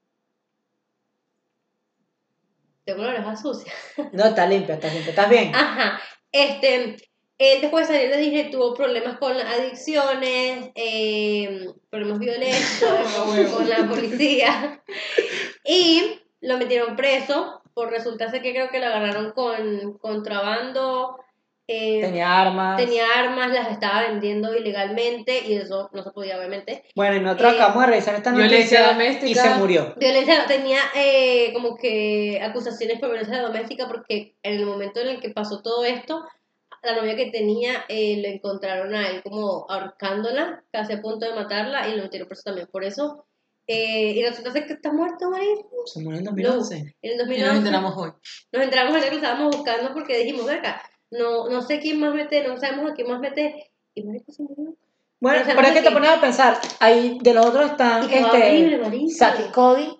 tengo la oreja sucia. No, está limpia, está limpia, ¿estás bien? Ajá, este, él después de salir de Disney tuvo problemas con las adicciones, eh, problemas violentos con la policía y lo metieron preso por resulta ser que creo que lo agarraron con contrabando, eh, Tenía armas. tenía armas, las estaba vendiendo ilegalmente y eso no se podía obviamente. Bueno, y nosotros Eh, acabamos de revisar esta violencia noticia doméstica. y se murió. Violencia, tenía eh, como que acusaciones por violencia doméstica porque en el momento en el que pasó todo esto, la novia que tenía eh, lo encontraron a él como ahorcándola, casi a punto de matarla y lo metieron preso también por eso. Eh, y resulta ser que está muerto, marico. Se murió en dos mil once. No, en el dos Y mil nos once enteramos hoy. nos entramos en el que lo estábamos buscando porque dijimos, verga, no, no sé quién más mete, no sabemos a quién más mete. Y marico se murió. Bueno, Pero, o sea, pero es no que sé te qué. pones a pensar, ahí de los otros están Y quedó horrible, marico. este, Zack y Cody,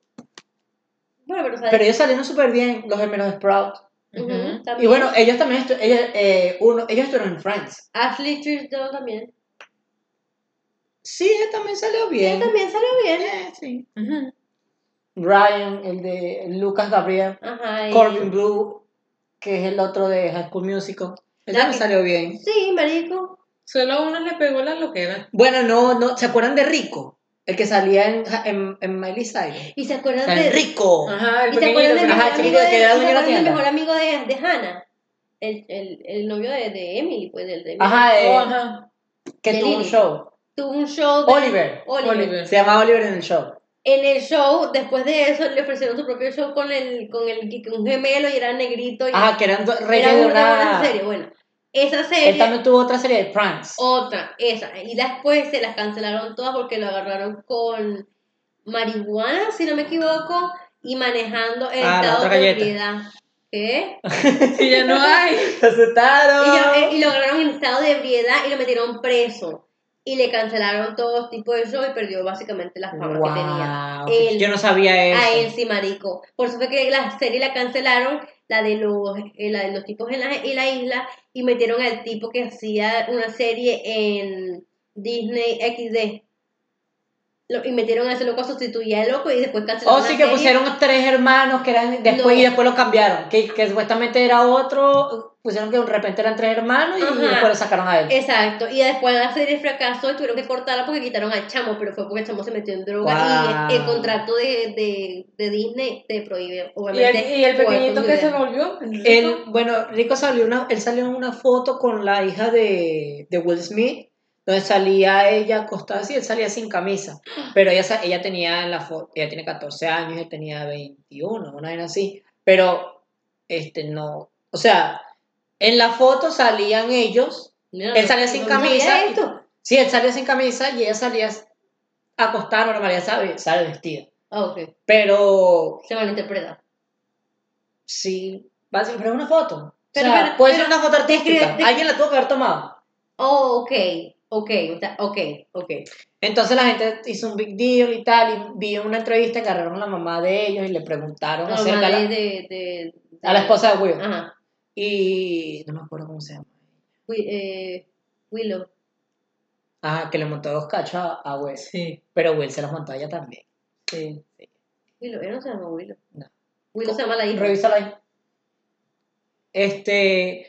Bueno, pero, ¿sabes? pero ellos salieron súper bien, los gemelos Sprout. Ujú, Ujú. también. Y bueno, ellos también, estu- ellos, eh, uno, ellos estuvieron en Friends. Ashley Tisdale también. Sí, él también salió bien. Él también salió bien. Eh, sí. Ujú. Ryan, el de Lucas Gabriel, Ajá. y- Corbin Blue, que es el otro de High School Musical. Él también Dani. salió bien. Sí, marico. Solo a uno le pegó la loquera. Bueno, no, no, ¿se acuerdan de Rico? El que salía en, en, en Miley Cyrus. ¿Y se acuerdan O sea, de... Rico. Ajá, el ¿Y se acuerdan del pequeñito. mejor Ajá, amigo chiquito, de, que era ¿y se dueño de la acuerdan del tienda. mejor amigo de, de Hannah? El, el, el novio de, de Emily, pues, del de Emily. Ajá, eh, Oh, ajá. que de tuvo un Lily. show. Tuvo un show de... Oliver. Oliver. Oliver. Se llamaba Oliver en el show. En el show, después de eso, le ofrecieron su propio show con el, con el con un gemelo y era negrito. Y Ajá, que eran do- era reyes de una buena una... serie. Bueno, esa Él serie... también tuvo otra serie de Pranks. Otra, esa. Y después se las cancelaron todas porque lo agarraron con marihuana, si no me equivoco, y manejando en Ah, la estado otra de galleta. ebriedad. ¿Qué? Si ya no hay. Se asustaron. Y, yo- eh, y lo agarraron en estado de ebriedad y lo metieron preso. Y le cancelaron todo tipo de show y perdió básicamente la fama que tenía. Wow, Él, yo no sabía eso. a él sí, marico. Por eso fue que la serie la cancelaron, la de los, eh, la de los tipos en la, en la isla, y metieron al tipo que hacía una serie en Disney equis de. Lo- y metieron a ese loco a sustituir al loco y después cancelaron Oh, sí, la que serie. pusieron a tres hermanos que eran después No. y después lo cambiaron. Que, que supuestamente era otro, pusieron que de repente eran tres hermanos y, Ajá. después lo sacaron a él. Exacto, y después la serie fracasó y tuvieron que cortarla porque quitaron al chamo, pero fue porque el chamo se metió en droga Wow. y el contrato de, de, de Disney te prohíbe, ¿Y el, obviamente. y el jugar pequeñito con que su se idea. volvió? ¿El rico? Él, bueno, Rico salió una, él salió en una foto con la hija de, de Will Smith, donde salía ella acostada así, él salía sin camisa, pero ella, sa- ella tenía en la foto, ella tiene catorce años, él tenía veintiuno, una vez así, pero este no, o sea, en la foto salían ellos, Mira, él no- salía sin no sabía camisa, y- esto. sí, él salía sin camisa y ella salía acostada normal, ella sabe, sale vestida, Ah, ok, pero se malinterpreta. sí, básicamente, pero es una foto, o Pero, sea, pero- puede pero- ser una foto artística, describe- de- alguien la tuvo que haber tomado. Oh, ok, ok, o sea, ok, ok. Entonces la gente hizo un big deal y tal, y vi una entrevista que agarraron a la mamá de ellos y le preguntaron La acerca mamá a de, la, de, de, de- a la esposa de Will. Ajá, Y no me acuerdo cómo se llama. Wi- eh, Willow. Ajá, que le montó dos cachos a, a Will. Sí, Pero Will se los montó a ella también. sí. Willow, ella no se llama Willow. No. Willow se llama la hija. Revísala ahí. Este,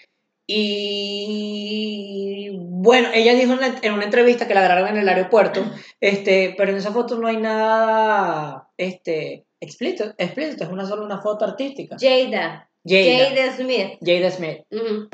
y bueno, ella dijo en, la- en una entrevista que la agarraron en el aeropuerto, este, pero en esa foto no hay nada este, explícito, explícito, es una solo una foto artística. Jada. Jada. Jada Smith. Jada Smith. Ujú.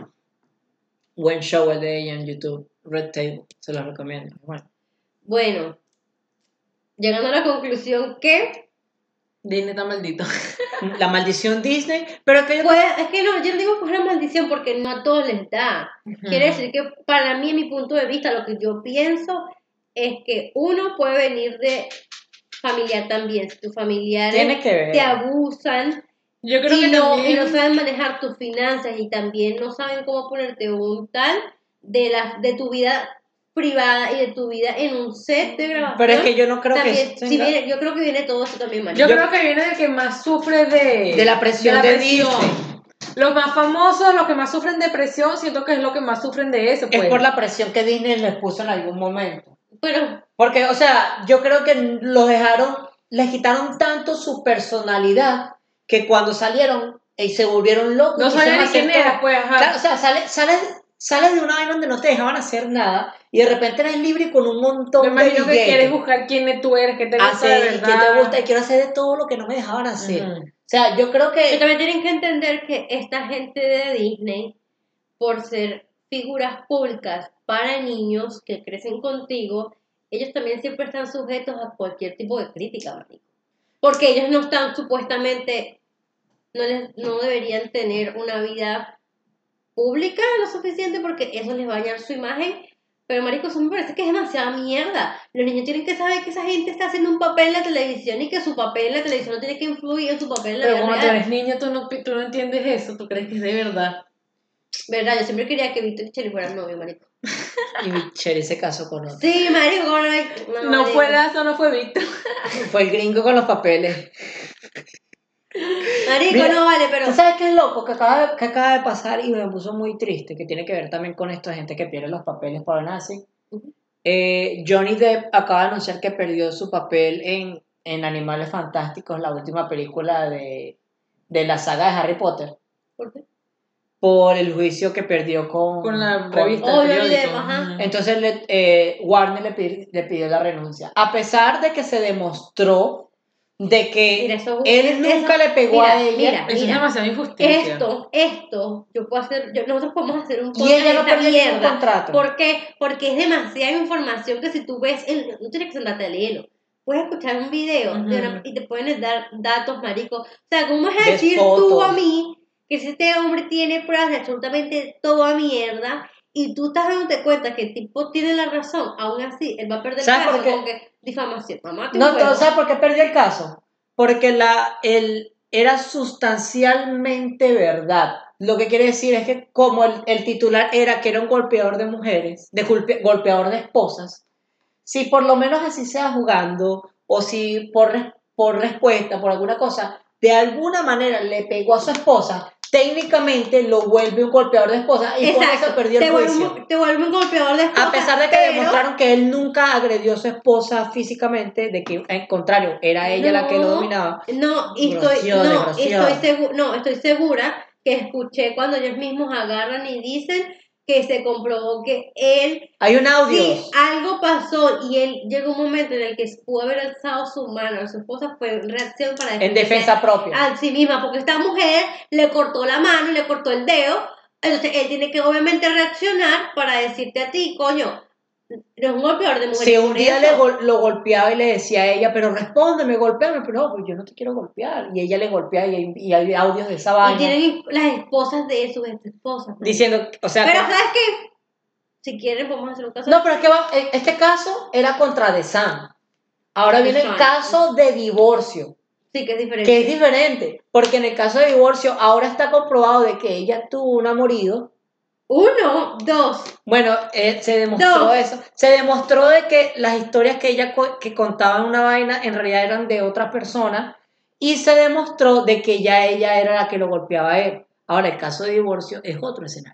Buen show el de ella en YouTube. Red Table, se lo recomiendo. Bueno, Bueno, llegando a la conclusión que Disney está maldito. la maldición Disney, pero que yo pues, es que no, yo no digo que es una maldición porque no a todos les da. Quiere decir que para mí, en mi punto de vista, lo que yo pienso es que uno puede venir de familiar también. Si tus familiares tiene que ver. te abusan Yo creo y que no, y también... no saben manejar tus finanzas y también no saben cómo ponerte un tal de, la, de tu vida privada y de tu vida en un set de grabación. Pero es que yo no creo también, que sí tenga- viene- yo creo que viene todo eso también, María. Yo Yo- creo que viene del que más sufre de... de la presión la de, presión. Disney. Los más famosos, los que más sufren de presión, siento que es lo que más sufren de eso, pues. Es por la presión que Disney les puso en algún momento. Pero Porque, o sea, yo creo que los dejaron, les quitaron tanto su personalidad que cuando salieron eh, se volvieron locos. No quisieron sabían ni hacer quién todo. era, pues, ajá. Claro, o sea, sales sale, sale de una vaina donde no te dejaban hacer nada y de repente eres libre y con un montón Me de imagino que billetes. quieres buscar quién tú eres, qué te gusta Hacer, de y verdad. que te gusta y quiero hacer de todo lo que no me dejaban hacer. Ujú. O sea, yo creo Pero que también tienen que entender que esta gente de Disney, por ser figuras públicas para niños que crecen contigo, ellos también siempre están sujetos a cualquier tipo de crítica, marico. Porque ellos no están supuestamente, no, les, no deberían tener una vida pública lo suficiente porque eso les va a dañar su imagen. Pero, marico, eso me parece que es demasiada mierda. Los niños tienen que saber que esa gente está haciendo un papel en la televisión y que su papel en la televisión no tiene que influir en su papel en la Pero vida como tú real. eres niño, tú no, tú no entiendes eso, tú crees que es de verdad. ¿Verdad? Yo siempre quería que Víctor y Chely fueran novio, marico. y Cherry se casó con otro. Sí, marico, ¿cómo no? No, marico. fue Lazo, no fue Víctor. Fue el gringo con los papeles. Marico, Mira, no vale, pero... ¿tú sabes qué es loco? Que acaba, de, que acaba de pasar y me puso muy triste, que tiene que ver también con esto de gente que pierde los papeles por nazi. Ujú. Eh, Johnny Depp acaba de anunciar que perdió su papel en, en Animales Fantásticos, la última película de, de la saga de Harry Potter, ¿Por qué? por el juicio que perdió con, Con la con- revista, Oh, el Johnny periódico. Depp, ajá. Ujú. Entonces le- eh, Warner le, pidi- le pidió la renuncia. A pesar de que se demostró de que Mira, eso- él eso- nunca le pegó mira, a ella. mira. Eso es demasiada injusticia. Esto, esto, yo puedo hacer, yo, nosotros podemos hacer un Y ella no esta perdió ningún contrato. ¿Por qué? Porque es demasiada información que si tú ves, el, no tienes que sentarte a leerlo. Puedes escuchar un video de una- Ujú. y te pueden dar datos, marico. O sea, ¿cómo vas a De decir tú fotos. a mí que si este hombre tiene pruebas de absolutamente toda mierda y tú estás dándote cuenta que el tipo tiene la razón, aún así él va a perder el ¿Sabes caso por qué? con que difamación? Mamá, te No, un huevo. no, ¿sabes por qué perdió el caso? Porque la, el, era sustancialmente verdad. Lo que quiere decir es que como el, el titular era que era un golpeador de mujeres, de golpe- golpeador de esposas, si por lo menos así sea jugando, o si por, res- por respuesta, por alguna cosa, de alguna manera le pegó a su esposa, técnicamente lo vuelve un golpeador de esposas y por Exacto, eso perdió el te vuelve, juicio. un, te vuelve un golpeador de esposa, A pesar de que pero- demostraron que él nunca agredió a su esposa físicamente, de que al contrario, era ella la que lo No, dominaba. No, y estoy, Groseado, no, desgraciado. estoy segura, no, estoy segura que escuché cuando ellos mismos agarran y dicen que se comprobó que él, Hay un audio. sí, algo pasó y él llegó un momento en el que pudo haber alzado su mano a su esposa, fue reacción para En defenderse defensa propia. a sí misma, porque esta mujer le cortó la mano y le cortó el dedo, entonces él tiene que obviamente reaccionar para decirte a ti, coño, no es un golpeador de mujeres. Si un por día eso. le gol- lo golpeaba y le decía a ella, pero respóndeme, golpeame, pero no, pues yo no te quiero golpear. Y ella le golpeaba y hay, y hay audios de esa Y vaina tienen las esposas de sus ex esposas. ¿no? diciendo, o sea, Pero que- ¿sabes qué? Si quieren podemos hacer un caso. no, pero es que va- e- este caso era contra The Sun. Ahora The viene el Sun. caso de divorcio, Sí, que es diferente. que es diferente, porque en el caso de divorcio ahora está comprobado de que ella tuvo un amorío. Uno, dos. Bueno, eh, se demostró Dos. eso. Se demostró de que las historias que ella co- que contaba en una vaina en realidad eran de otras personas y se demostró de que ya ella era la que lo golpeaba a él. Ahora, el caso de divorcio es otro escenario.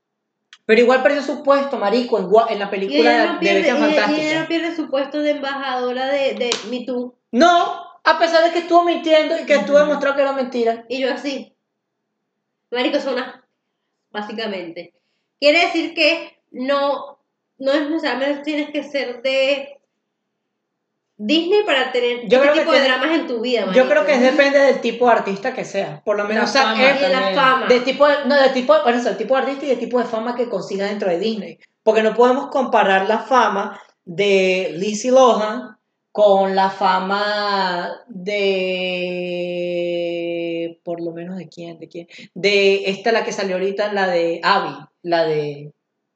Pero igual perdió su puesto, marico, en, Gua- en la Y película ella de, no de pierde, Bestia y ella- y Fantástica. ella no pierde su puesto de embajadora de, de Me Too. No, a pesar de que estuvo mintiendo y que estuvo demostrado que era mentira. Y yo así. Marico, son unas... básicamente. Quiere decir que no, no es necesariamente tienes que ser de Disney para tener Yo este creo que tipo de tiene- dramas en tu vida, Yo marico. creo que depende del tipo de artista que sea. Por lo menos La Zac fama Y de la también. fama. de tipo de- no, de tipo de, por eso, el tipo de artista y de tipo de fama que consiga dentro de Disney. Porque no podemos comparar la fama de Lindsay Lohan con la fama de, por lo menos de quién, de quién, de esta la que salió ahorita, la de Abby, la de,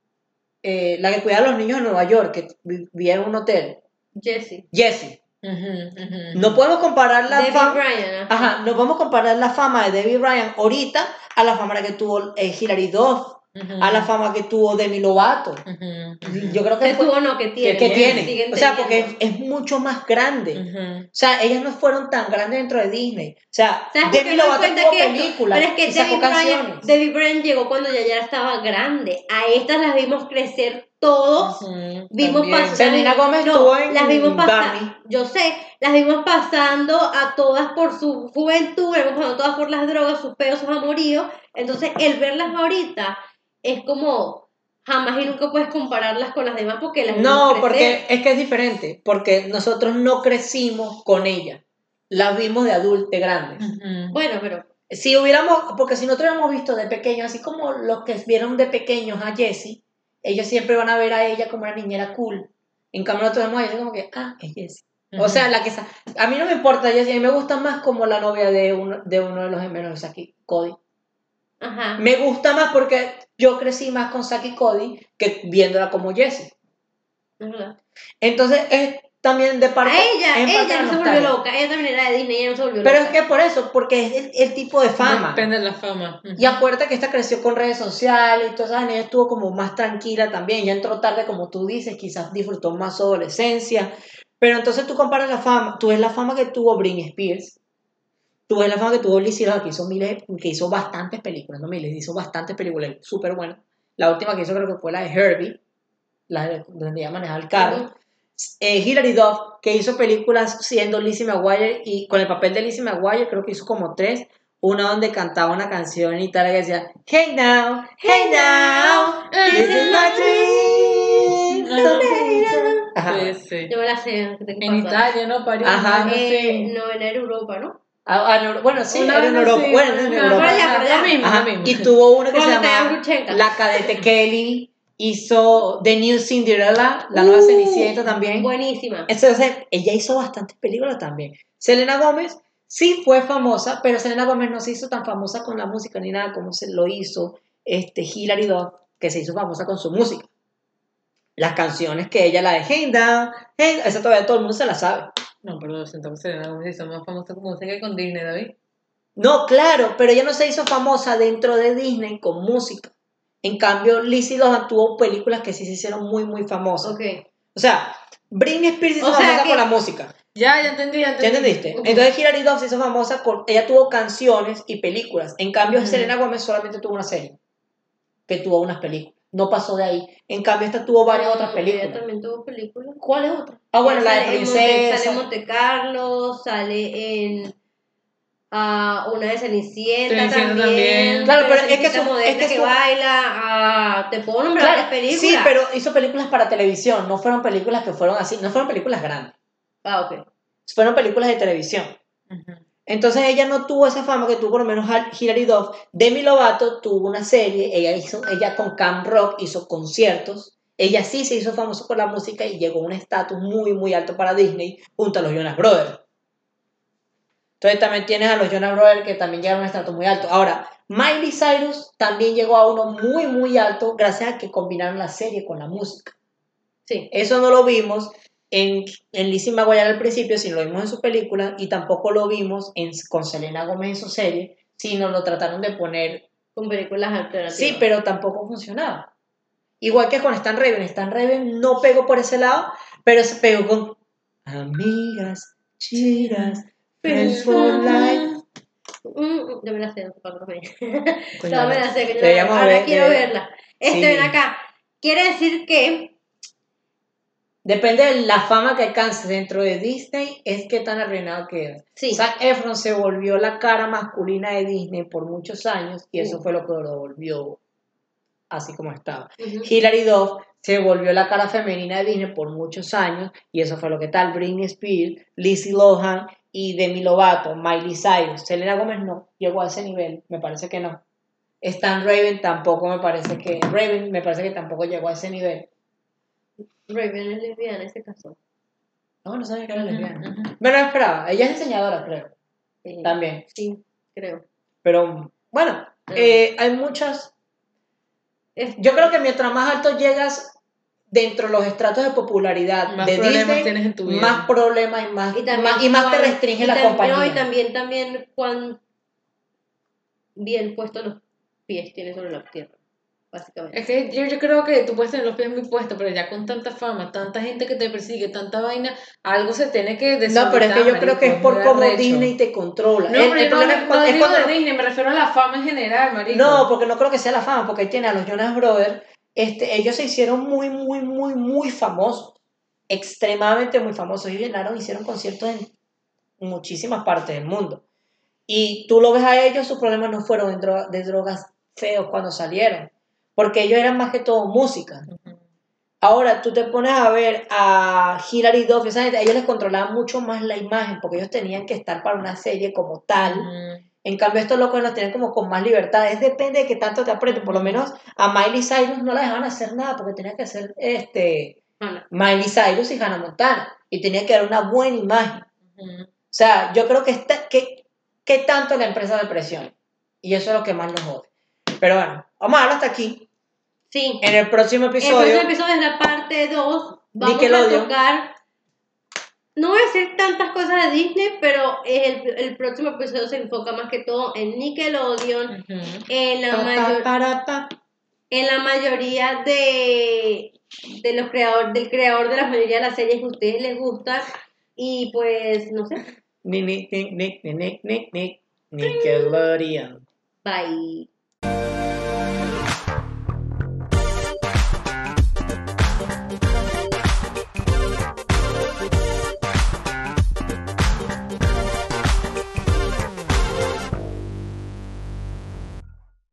eh, la que cuida a los niños en Nueva York, que vivía en un hotel, Jessie. Jessie. Ujú, ujú, No ujú. podemos comparar la Debbie fama. Bryan. ajá. Ajá, no podemos comparar la fama de Debbie Ryan ahorita a la fama que tuvo eh, Hilary Duff, Ujú, a la fama que tuvo Demi Lovato. ujú, ujú. Yo creo que Que fue- tuvo no, que tiene. que porque tiene. siguen O sea, porque es, teniendo. es mucho más grande. Ujú. O sea, ellas no fueron tan grandes dentro de Disney. O sea, ¿Sabes por qué Demi me doy Lovato cuenta tuvo que esto? películas Pero es que y sacó Debbie Bryan, canciones. Debbie Bryan llegó cuando ya ya estaba grande. A estas las vimos crecer todos. Ujú, Vimos también. pasar. Selena Gómez no, estuvo en las vimos pasar. Barney. Yo sé, las vimos pasando a todas por su juventud, las vimos pasando todas por las drogas, sus peos, sus amoríos. Entonces, el verlas ahorita es como jamás y nunca puedes compararlas con las demás porque las vimos No, crecer. porque es que es diferente. Porque nosotros no crecimos con ella. Las vimos de adultos, de grandes. Ujú. Bueno, pero Si hubiéramos, porque si nosotros hubiéramos visto de pequeños, así como los que vieron de pequeños a Jessie, ellos siempre van a ver a ella como una niñera cool. En cambio, nosotros vemos a ella como que, ah, es Jessie. O Ujú. sea, la que sa- a mí no me importa Jessie, a mí me gusta más como la novia de uno de, uno de los gemelos de Saki, Cody. ajá. Me gusta más porque yo crecí más con Saki Cody que viéndola como Jessie. Es verdad. Entonces, es también de parte. A ella, en parte ella la no se volvió nostalgia. loca, ella también era de Disney, ella no se volvió Pero es loca. que por eso, porque es el, el tipo de fama. Depende de la fama. Ujú. Y acuérdate que esta creció con redes sociales y toda esa vaina, ella estuvo como más tranquila también, ya entró tarde como tú dices, quizás disfrutó más su adolescencia, pero entonces tú comparas la fama, tú ves la fama que tuvo Britney Spears, tú ves la fama que tuvo Lizzie Lohan, que hizo miles, que hizo bastantes películas, no miles, hizo bastantes películas, súper buenas. La última que hizo creo que fue la de Herbie, la de, donde ella manejaba el carro. Ujú. Eh, Hilary Duff, que hizo películas siendo Lizzie McGuire y con el papel de Lizzie McGuire, creo que hizo como tres. Una donde cantaba una canción y tal que decía Hey now, hey now, this is my dream. Ajá. Ajá. Sí, sí. Yo me la sé, ¿qué te En pasa? Italia, ¿no? París, Ajá. algo Eh, así. no, en Europa, ¿no? Ah, ah, no, bueno, sí, Una era en vaina Europa. así, Bueno, en ajá, Europa. por allá, ajá, por allá. lo mismo, Ajá, lo mismo. y tuvo una que se Cuando te llamaba da Bruchenka. La Cadete Kelly, hizo The New Cinderella, la nueva Uh, Cenicienta también. Buenísima. Entonces, ella hizo bastantes películas también. Selena Gómez sí fue famosa, pero Selena Gómez no se hizo tan famosa con la música ni nada como se lo hizo este, Hilary Duff, que se hizo famosa con su música. Las canciones que ella, la de Hey Down, hey, esa todavía todo el mundo se la sabe. No, pero lo siento que Selena Gómez hizo más famosa como música que con Disney, David. No, claro, pero ella no se hizo famosa dentro de Disney con música. En cambio, Lizzie Lohan tuvo películas que sí se hicieron muy, muy famosas. Ok. O sea, Britney Spears se hizo O sea famosa que- por la música. Ya, ya entendí, ya ¿Ya entendí. entendiste? Ujú. Entonces Hilary Duff se hizo famosa con... Ella tuvo canciones y películas. En cambio, Ujú. Selena Gómez solamente tuvo una serie. Que tuvo unas películas. No pasó de ahí. En cambio, esta tuvo varias otras Mm, Ella películas. también tuvo películas. ¿Cuáles otras? Ah, bueno, la de Sale en Monte- Princesa. Sale en Monte Carlo, sale en ah, una de Cenicienta, Cenicienta también. también. Claro, pero es que Cenicienta su- moderna es que que su- baila. ah, te puedo nombrar Claro, varias películas. sí, pero hizo películas para televisión. No fueron películas que fueron así. No fueron películas grandes. Ah, ok. Fueron películas de televisión. Ujú. Entonces ella no tuvo esa fama que tuvo por lo menos Hilary Duff. Demi Lovato tuvo una serie, ella hizo, ella con Camp Rock hizo conciertos. Ella sí se hizo famosa por la música y llegó a un estatus muy, muy alto para Disney junto a los Jonas Brothers. Entonces también tienes a los Jonas Brothers que también llegaron a un estatus muy alto. Ahora, Miley Cyrus también llegó a uno muy, muy alto gracias a que combinaron la serie con la música. Sí. Eso no lo vimos en, en Lizzie McGuire al principio, sino lo vimos en su película, y tampoco lo vimos en, con Selena Gómez en su serie, sino lo trataron de poner. Con películas alternativas. Sí, pero tampoco funcionaba. Igual que con Stan Raven. Stan Raven no pegó por ese lado, pero se pegó con Amigas, Chiras, Friends for Life. Mm, mm, yo me la sé, no sé para también. Coño, No me la sé, que yo deberíamos ahora ver- quiero de- verla. Este, sí. ven acá. Quiere decir que Depende de la fama que alcances dentro de Disney, es que tan arruinado quedas. sí. Zac Efron se volvió la cara masculina de Disney por muchos años y eso Uh. fue lo que lo volvió así como estaba. Ujú. Hilary Duff se volvió la cara femenina de Disney por muchos años y eso fue lo que tal. Britney Spears, Lindsay Lohan y Demi Lovato, Miley Cyrus. Selena Gómez no llegó a ese nivel, me parece que no. Stan Raven tampoco me parece que Raven me parece que tampoco llegó a ese nivel. Raven es lesbiana y se casó. No, no sabía que era Ujú, lesbiana. ujú. Bueno, espera, ella es diseñadora, creo, Eh, también. Sí, creo. Pero bueno, Ah. eh, hay muchas. Es- Yo creo que mientras más alto llegas dentro de los estratos de popularidad Más de problemas Disney, tienes en tu vida. más problemas y más, Y también más- y más te cuán- restringe y la tam- compañía. No, y también, también cuán bien puestos los pies tienes sobre la tierra, básicamente. Es que yo, yo creo que tú puedes tener los pies muy puestos, pero ya con tanta fama, tanta gente que te persigue, tanta vaina, algo se tiene que No, desorbitar, pero es que yo creo marico, que es por muy cómo arrecho. Disney te controla. No, el pero el yo no, problema es no cuando, es digo cuando de no- Disney, me refiero a la fama en general, marico. No, porque no creo que sea la fama, porque tiene a los Jonas Brothers, este, ellos se hicieron muy, muy, muy, muy famosos, extremadamente muy famosos, y llenaron, hicieron conciertos en muchísimas partes del mundo. Y tú lo ves a ellos, sus problemas no fueron de, dro- de drogas feos cuando salieron, porque ellos eran más que todo música. Ujú. Ahora, tú te pones a ver a Hilary Duff, esa gente, a ellos les controlaban mucho más la imagen, porque ellos tenían que estar para una serie como tal. Ujú. En cambio, estos locos los tienen como con más libertad. Es depende de que tanto te aprieten. Por lo menos a Miley Cyrus no la dejaban hacer nada porque tenía que hacer este, Ana. Miley Cyrus y Hannah Montana. Y tenía que dar una buena imagen. Ujú. O sea, yo creo que, está, que, que tanto la empresa de presión. Y eso es lo que más nos jode. Pero bueno, vamos a darlo hasta aquí. Sí. En el próximo El episodio, próximo episodio es la parte dos. Vamos Nickelodeon. a tocar. No voy a decir tantas cosas de Disney, pero el, el próximo episodio se enfoca más que todo en Nickelodeon, Ujú. en la, pa, mayor, pa, para, pa. en la mayoría de, de los creadores, del creador de la mayoría de las series que a ustedes les gustan. Y pues, no sé. Nick, Nick, Nick, Nick, Nick, Nick, Nick, Nickelodeon. Bye.